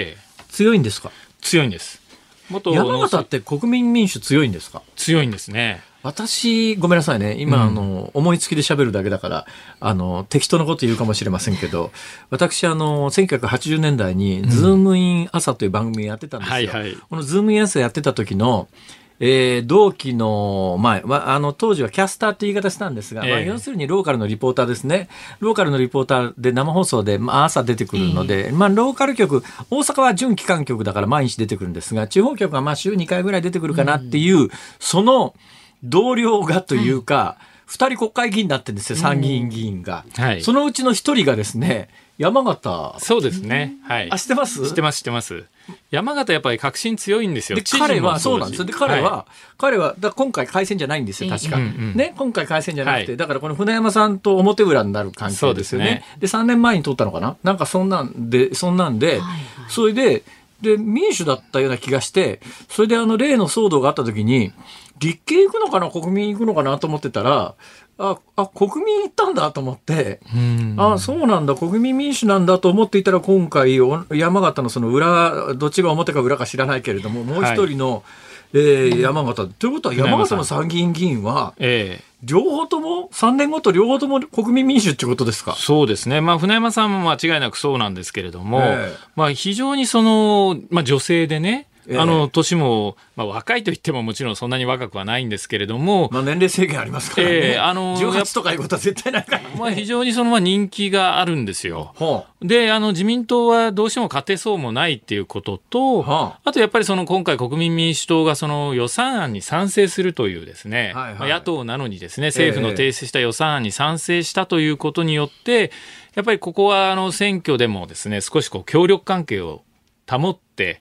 強いんですか？ 強いんです。 山形って国民民主強いんですか？ 強いんですね。 私、ごめんなさいね。今、思いつきで喋るだけだから、適当なこと言うかもしれませんけど、私、1980年代に、ズームイン朝という番組やってたんですよ。このズームイン朝やってた時の、同期の前、当時はキャスターって言い方したんですが、要するにローカルのリポーターですね。ローカルのリポーターで生放送で、朝出てくるので、ローカル局、大阪は準期間局だから毎日出てくるんですが、地方局は週2回ぐらい出てくるかなっていう、その同僚がというか、2人国会議員になってるんですよ、参議院議員が。そのうちの1人がですね、山形。 そうですね。はい。 知ってます？ 知ってます。山形やっぱり革新強いんですよ。 で、彼は、そうなんですよ。で、彼は、今回改選じゃないんですよ、確か。ね、今回改選じゃなくて、だからこの船山さんと表裏になる関係ですよね。で、3年前に取ったのかな？なんかそんなんで、それで、民主だったような気がして、それで例の騒動があった時に、立憲行くのかな、国民行くのかなと思ってたら、国民行ったんだと思って、そうなんだ、国民民主なんだと思っていたら、今回、山形のその裏、どっちが表か裏か知らないけれども、もう一人の、山形。ということは、山形の参議院議員は、両方とも、3年ごと両方とも国民民主ってことですか？ そうですね。船山さんも間違いなくそうなんですけれども、非常に女性でね、年も、若いと言ってももちろんそんなに若くはないんですけれども、 年齢制限ありますからね。18とかいうことは絶対ないからね。 非常に人気があるんですよ。で、自民党はどうしても勝てそうもないっていうことと、あとやっぱり今回国民民主党が予算案に賛成するというですね、野党なのにですね、政府の提出した予算案に賛成したということによって、やっぱりここは選挙でもですね、少し協力関係を保って、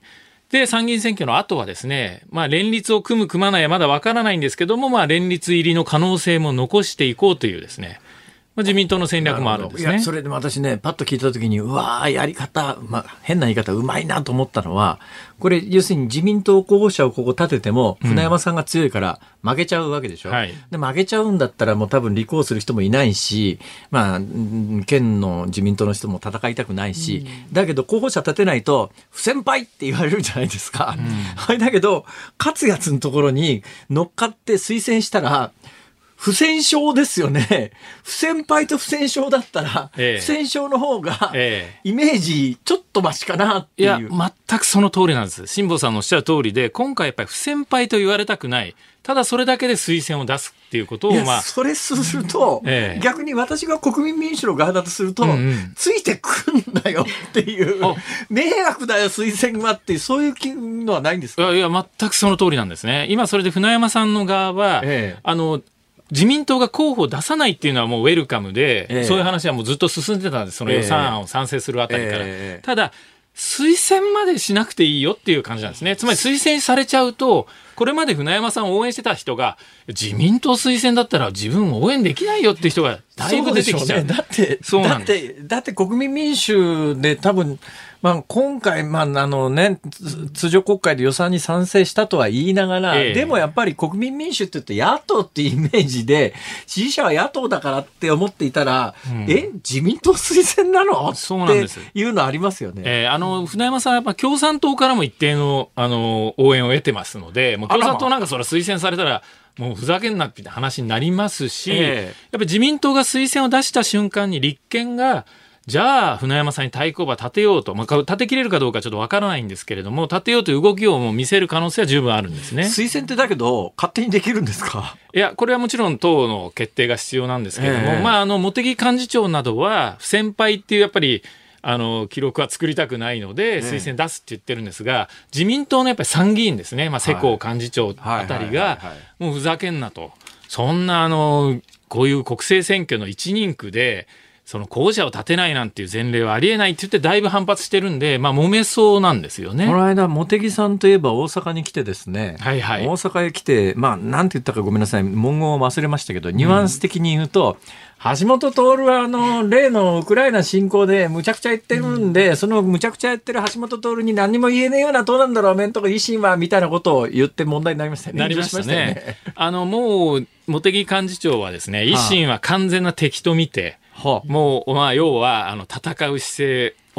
で、参議院選挙の後はですね、連立を組む組まないはまだわからないんですけども、連立入りの可能性も残していこうというですね、自民党の戦略もあるんですね。 いや、それでも私ね、パッと聞いたときに、うわー、やり方、変な言い方、うまいなと思ったのは、これ、要するに自民党候補者をここ立てても、船山さんが強いから負けちゃうわけでしょ。で、負けちゃうんだったら、もう多分立候補する人もいないし、県の自民党の人も戦いたくないし、だけど候補者立てないと、不先輩って言われるじゃないですか。だけど、勝つやつのところに乗っかって推薦したら、不戦勝ですよね。不先輩と不戦勝だったら、不戦勝の方が、イメージちょっとマシかなっていう。 いや、全くその通りなんです。辛坊さんのおっしゃる通りで、今回やっぱり不先輩と言われたくない。ただそれだけで推薦を出すっていうことを、 それすると、逆に私が国民民主の側だとすると、ついてくんだよっていう、迷惑だよ推薦はっていう、そういうのはないんですか？ いや、全くその通りなんですね。今それで船山さんの側は、自民党が候補を出さないっていうのはもうウェルカムで、そういう話はもうずっと進んでたんです。その予算案を賛成するあたりから。ただ、推薦までしなくていいよっていう感じなんですね。つまり推薦されちゃうと、これまで船山さんを応援してた人が、自民党推薦だったら自分を応援できないよっていう人がだいぶ出てきちゃう。 だって国民民主で多分、今回、通常国会で予算に賛成したとは言いながら、でもやっぱり国民民主って言うと野党っていうイメージで、支持者は野党だからって思っていたら、自民党推薦なのっていうのありますよね。 船山さんはやっぱ共産党からも一定の、応援を得てますので、もう共産党なんかそれ推薦されたら、もうふざけんなって話になりますし、やっぱり自民党が推薦を出した瞬間に立憲が、じゃあ船山さんに対抗馬立てようと、立てきれるかどうかちょっとわからないんですけれども、立てようという動きをもう見せる可能性は十分あるんですね。 推薦ってだけど勝手にできるんですか？ いや、これはもちろん党の決定が必要なんですけれども、茂木幹事長などは不先輩っていうやっぱり記録は作りたくないので推薦出すって言ってるんですが、自民党のやっぱり参議院ですね、世耕幹事長あたりがもうふざけんなと、そんなこういう国政選挙の一人区でその候補者を立てないなんていう前例はありえないって言ってだいぶ反発してるんで、揉めそうなんですよね。 この間茂木さんといえば大阪に来てですね、大阪へ来て、なんて言ったかごめんなさい、文言を忘れましたけど、ニュアンス的に言うと、橋本徹は例のウクライナ侵攻でむちゃくちゃ言ってるんで、そのむちゃくちゃ言ってる橋本徹に何も言えねえようなどうなんだろう、面とか維新はみたいなことを言って問題になりましたよね。 なりましたね。もう茂木幹事長はですね、維新は完全な敵と見て、もう要は戦う姿勢を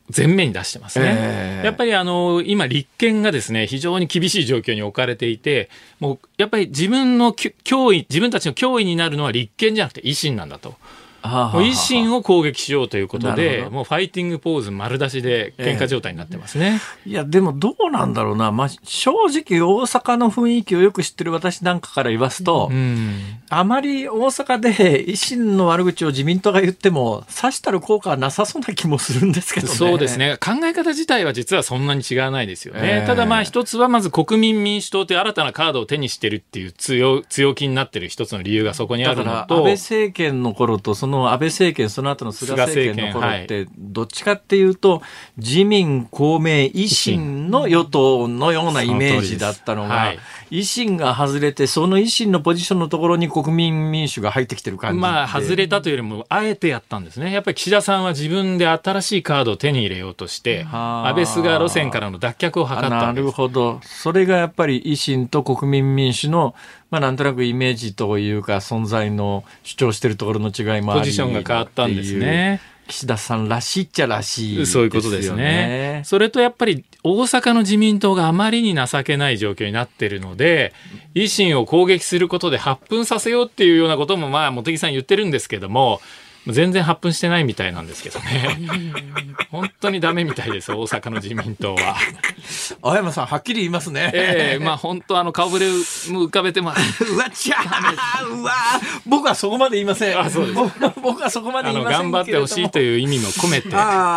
前面に出してますね。やっぱり今立憲がですね、非常に厳しい状況に置かれていて、もうやっぱり自分たちの脅威になるのは立憲じゃなくて維新なんだと。もう維新を攻撃しようということで、もうファイティングポーズ丸出しで喧嘩状態になってますね。 いやでもどうなんだろうな、正直大阪の雰囲気をよく知ってる私なんかから言わすと、あまり大阪で維新の悪口を自民党が言ってもさしたる効果はなさそうな気もするんですけどね。 そうですね。考え方自体は実はそんなに違わないですよね。ただ一つはまず国民民主党という新たなカードを手にしてるっていう強気になってる一つの理由がそこにあるのと、 だから安倍政権の頃とその安倍政権、その後の菅政権の頃ってどっちかっていうと自民公明維新の与党のようなイメージだったのが、維新が外れてその維新のポジションのところに国民民主が入ってきてる感じで、 外れたというよりもあえてやったんですね。やっぱり岸田さんは自分で新しいカードを手に入れようとして安倍菅路線からの脱却を図ったんです。 なるほど。それがやっぱり維新と国民民主のなんとなくイメージというか存在の主張しているところの違いもあり、 ポジションが変わったんですね。 岸田さんらしいっちゃらしいですよね。 そういうことですね。それとやっぱり大阪の自民党があまりに情けない状況になっているので、維新を攻撃することで発奮させようっていうようなことも茂木さん言ってるんですけども、全然発奮してないみたいなんですけどね。本当にダメみたいです、大阪の自民党は。 青山さんはっきり言いますね。 本当顔ぶれ浮かべてます。 うわ僕はそこまで言いません。 そうです。 僕はそこまで言いませんけれども、 頑張ってほしいという意味も込めて。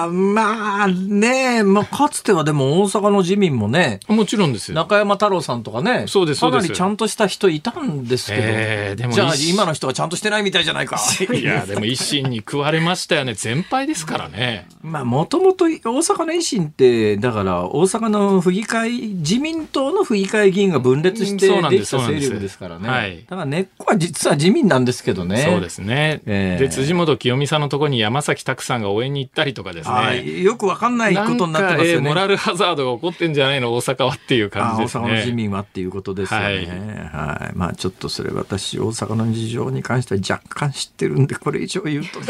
かつてはでも大阪の自民もね、 もちろんですよ。 中山太郎さんとかね、 そうですかなりちゃんとした人いたんですけど、 でもじゃあ今の人はちゃんとしてないみたいじゃないか。 いやでも維新に食われましたよね。全敗ですからね。 もともと大阪の維新ってだから大阪の府議会、自民党の府議会議員が分裂してできた勢力ですからね。だから根っこは実は自民なんですけどね。 そうですね。で辻元清美さんのところに山崎拓さんが応援に行ったりとかですね。 よくわかんないことになってますよね。 モラルハザードが起こってんじゃないの大阪はっていう感じですね。 大阪の自民はっていうことですよね。ちょっとそれ私大阪の事情に関しては若干知ってるんでこれ以上言うと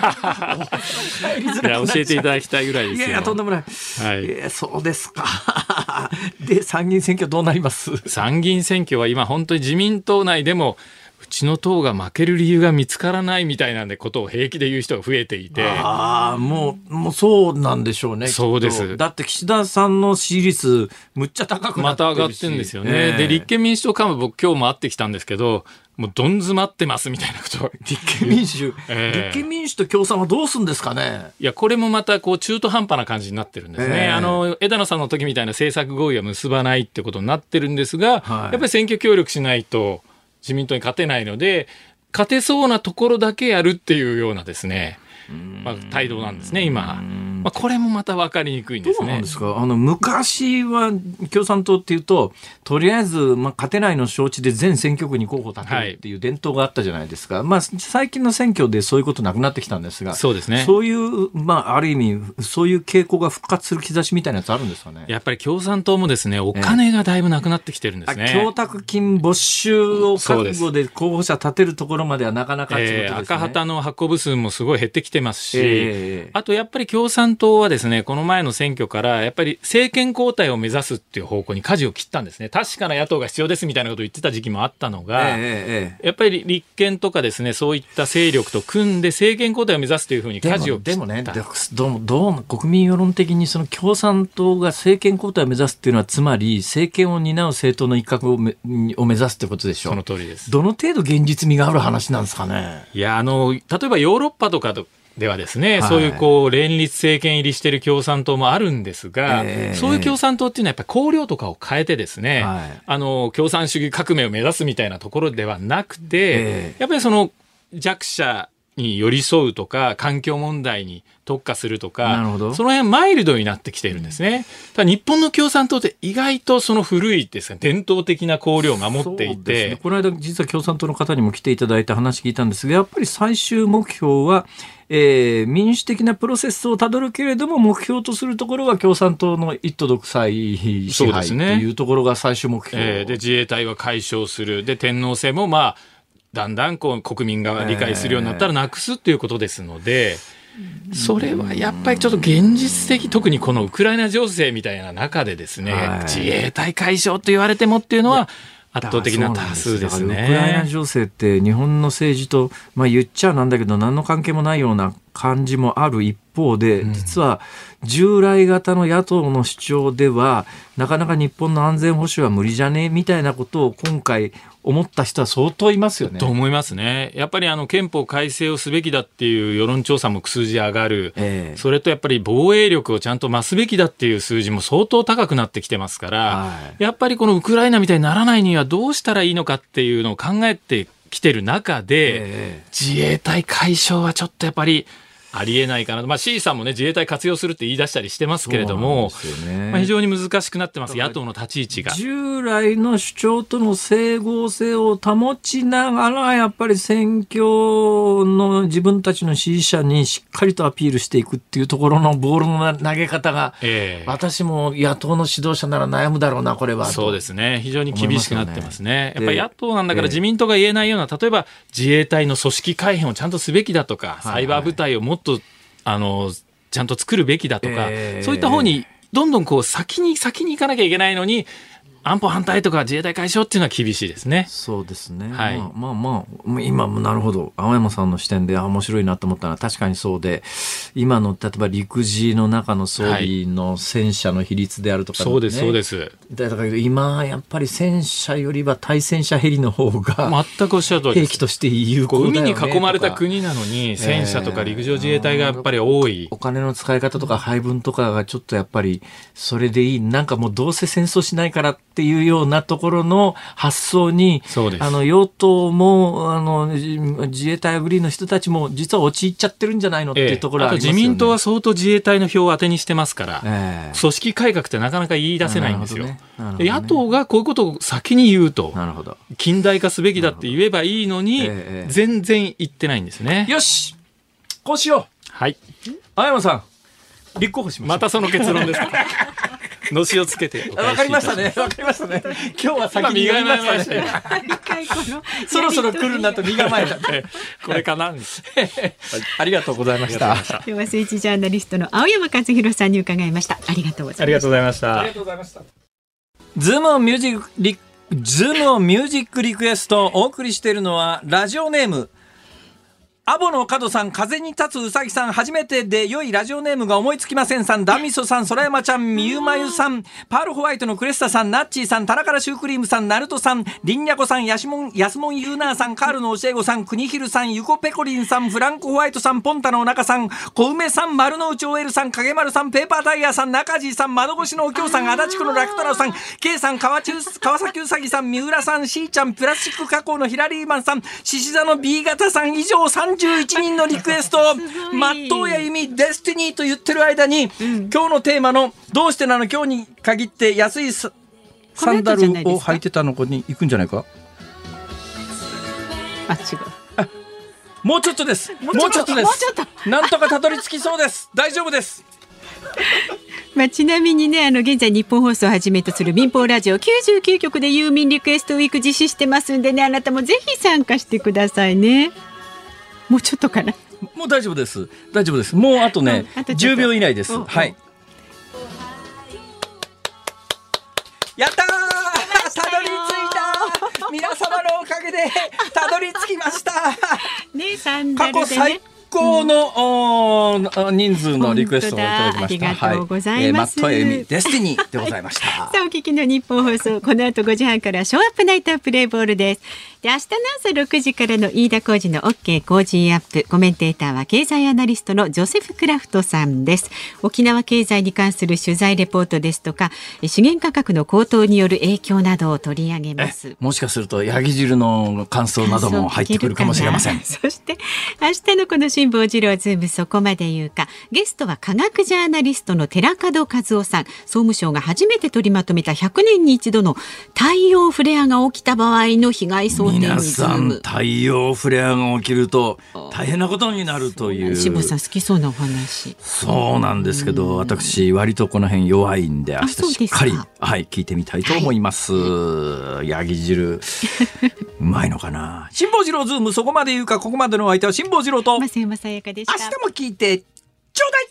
教えていただきたいぐらいですよ。 いやとんでもない。そうですか。で参議院選挙どうなります？ 参議院選挙は今本当に自民党内でもうちの党が負ける理由が見つからないみたいなことを平気で言う人が増えていて、 もうそうなんでしょうね。 そうです。 だって岸田さんの支持率むっちゃ高くなってるし、 また上がってるんですよね。で立憲民主党幹部僕今日も会ってきたんですけど、もうどん詰まってますみたいなことを立憲民主、立憲民主と共産はどうするんですかね。 いやこれもまた中途半端な感じになってるんですね。枝野さんの時みたいな政策合意は結ばないってことになってるんですが、やっぱり選挙協力しないと自民党に勝てないので、勝てそうなところだけやるっていうようなですね、態度なんですね今。これもまた分かりにくいんですね。 どうなんですか。昔は共産党っていうととりあえず勝てないの承知で全選挙区に候補立てるっていう伝統があったじゃないですか。最近の選挙でそういうことなくなってきたんですが、 そうですね。 そういうある意味そういう傾向が復活する兆しみたいなやつあるんですかね。 やっぱり共産党もですね、お金がだいぶなくなってきてるんですね。 供託金没収を覚悟で候補者立てるところまではなかなか赤旗の発行部数もすごい減ってきてますし、あとやっぱり共産党はですね、この前の選挙からやっぱり政権交代を目指すっていう方向に舵を切ったんですね。確かな野党が必要ですみたいなことを言ってた時期もあったのが、やっぱり立憲とかですね、そういった勢力と組んで政権交代を目指すというふうに舵を切った。 でもね、どうも国民世論的にその共産党が政権交代を目指すっていうのはつまり政権を担う政党の一角を目指すってことでしょ。 その通りです。 どの程度現実味がある話なんですかね。 いや例えばヨーロッパとかではですね、そういう連立政権入りしている共産党もあるんですが、そういう共産党っていうのはやっぱり綱領とかを変えてですね、共産主義革命を目指すみたいなところではなくて、やっぱりその弱者に寄り添うとか環境問題に特化するとか、その辺マイルドになってきているんですね。ただ日本の共産党って意外とその古いですね、伝統的な綱領を守っていて、 この間実は共産党の方にも来ていただいた話聞いたんですが、やっぱり最終目標は民主的なプロセスをたどるけれども目標とするところは共産党の一党独裁支配というところが最終目標、 で自衛隊は解消する、で天皇制もだんだん国民が理解するようになったらなくすっていうことですので、 それはやっぱりちょっと現実的、特にこのウクライナ情勢みたいな中でですね、自衛隊解消と言われてもっていうのは圧倒的な多数ですね。 ウクライナ情勢って日本の政治と、言っちゃなんだけど何の関係もないような感じもある一方で、実は従来型の野党の主張ではなかなか日本の安全保障は無理じゃねみたいなことを今回思った人は相当いますよね。 と思いますね。やっぱり憲法改正をすべきだっていう世論調査も数字上がる、それとやっぱり防衛力をちゃんと増すべきだっていう数字も相当高くなってきてますから、やっぱりこのウクライナみたいにならないにはどうしたらいいのかっていうのを考えてきてる中で、自衛隊解消はちょっとやっぱりありえないかな。C さんもね、自衛隊活用するって言い出したりしてますけれども、非常に難しくなってます、野党の立ち位置が。 従来の主張との整合性を保ちながら、やっぱり選挙の自分たちの支持者にしっかりとアピールしていくっていうところのボールの投げ方が、私も野党の指導者なら悩むだろうな、これは。 そうですね。非常に厳しくなってますね。やっぱり野党なんだから自民党が言えないような、例えば自衛隊の組織改編をちゃんとすべきだとか、サイバー部隊をもっとちゃんと作るべきだとか、そういった方にどんどんこう先に行かなきゃいけないのに、安保反対とか自衛隊解消っていうのは厳しいですね。 そうですね。はい。今もなるほど。青山さんの視点で面白いなと思ったのは確かにそうで、今の例えば陸自の中の装備の戦車の比率であるとか、ね、 そうです、そうです。 だから今やっぱり戦車よりは対戦車ヘリの方が全くおっしゃる通りです。 兵器として有効だよね。 海に囲まれた国なのに戦車とか陸上自衛隊がやっぱり多い。 お金の使い方とか配分とかがちょっとやっぱりそれでいい。なんかもうどうせ戦争しないからっていうようなところの発想に、与党も自衛隊グリーンの人たちも実は陥っちゃってるんじゃないのっていうところはありますよね。 あと自民党は相当自衛隊の票を当てにしてますから、組織改革ってなかなか言い出せないんですよ。野党がこういうことを先に言うと、近代化すべきだって言えばいいのに、全然言ってないんですね。 よし、こうしよう。 はい。 青山さん、立候補しましょう。 またその結論ですか。のしをつけて。 わかりましたね。わかりましたね。今日は先に言いましたね。そろそろ来るなと身構えた。 これかな。 ありがとうございました。 今日は政治ジャーナリストの青山和弘さんに伺いました。ありがとうございました。 ありがとうございました。 ありがとうございました。ズームオンミュージックリクエストをお送りしているのはラジオネームアボの角さん、風に立つうさぎさん、初めてで良いラジオネームが思いつきませんさん、ダミソさん、空山ちゃん、みゆまゆさん、パールホワイトのクレッサさん、ナッチーさん、タラカラシュークリームさん、ナルトさん、リンニャコさん、ヤスモンユーナーさん、カールの教え子さん、クニヒルさん、ユコペコリンさん、フランコホワイトさん、ポンタのおなかさん、小梅さん、丸の内 OL さん、影丸さん、ペーパータイヤーさん、中地さん、窓越しのお京さん、足立区のラクトラウさん、K さん、川崎うさぎさん、三浦さん、しーちゃん、プラスチック加工のヒラリーマンさん、獅子座の B 型さん、以上31人のリクエストを松任谷由実デスティニーと言ってる間に、今日のテーマのどうしてなの今日に限って安いサンダルを履いてたの子に行くんじゃないか。 あ、違う。 もうちょっとです。もうちょっとです。なんとかたどり着きそうです。大丈夫です。 ちなみにね、現在日本放送をはじめとする民放ラジオ99局でユーミンリクエストウィーク実施してますんでね、あなたもぜひ参加してくださいね。もうちょっとかな。 もう大丈夫です。大丈夫です。もうあとね、10秒以内です。はい。やったー、たどり着いた。皆様のおかげでたどり着きました。 ね、サンダルでね。 過去最高の人数のリクエストをいただきました。 ありがとうございます。 松任谷由実デスティニーでございました。 さあ、お聞きの日本放送、この後5時半からショーアップナイタープレイボールです。で、明日の朝6時からの飯田浩司の OK 工事アップ、コメンテーターは経済アナリストのジョセフ・クラフトさんです。沖縄経済に関する取材レポートですとか、資源価格の高騰による影響などを取り上げます。 もしかするとヤギ汁の感想なども入ってくるかもしれません。 そして明日のこの辛坊治郎ズームそこまで言うか、ゲストは科学ジャーナリストの寺門和夫さん。総務省が初めて取りまとめた100年に一度の太陽フレアが起きた場合の被害想定皆さん太陽フレアが起きると大変なことになるという。 辛坊さん好きそうなお話。 そうなんですけど、私割とこの辺弱いんで、明日しっかり、聞いてみたいと思います。ヤギ汁うまいのかな。辛坊治郎ズーム、そこまで言うか。ここまでのお相手は辛坊治郎と増山さやかでした。 明日も聞いてちょうだい。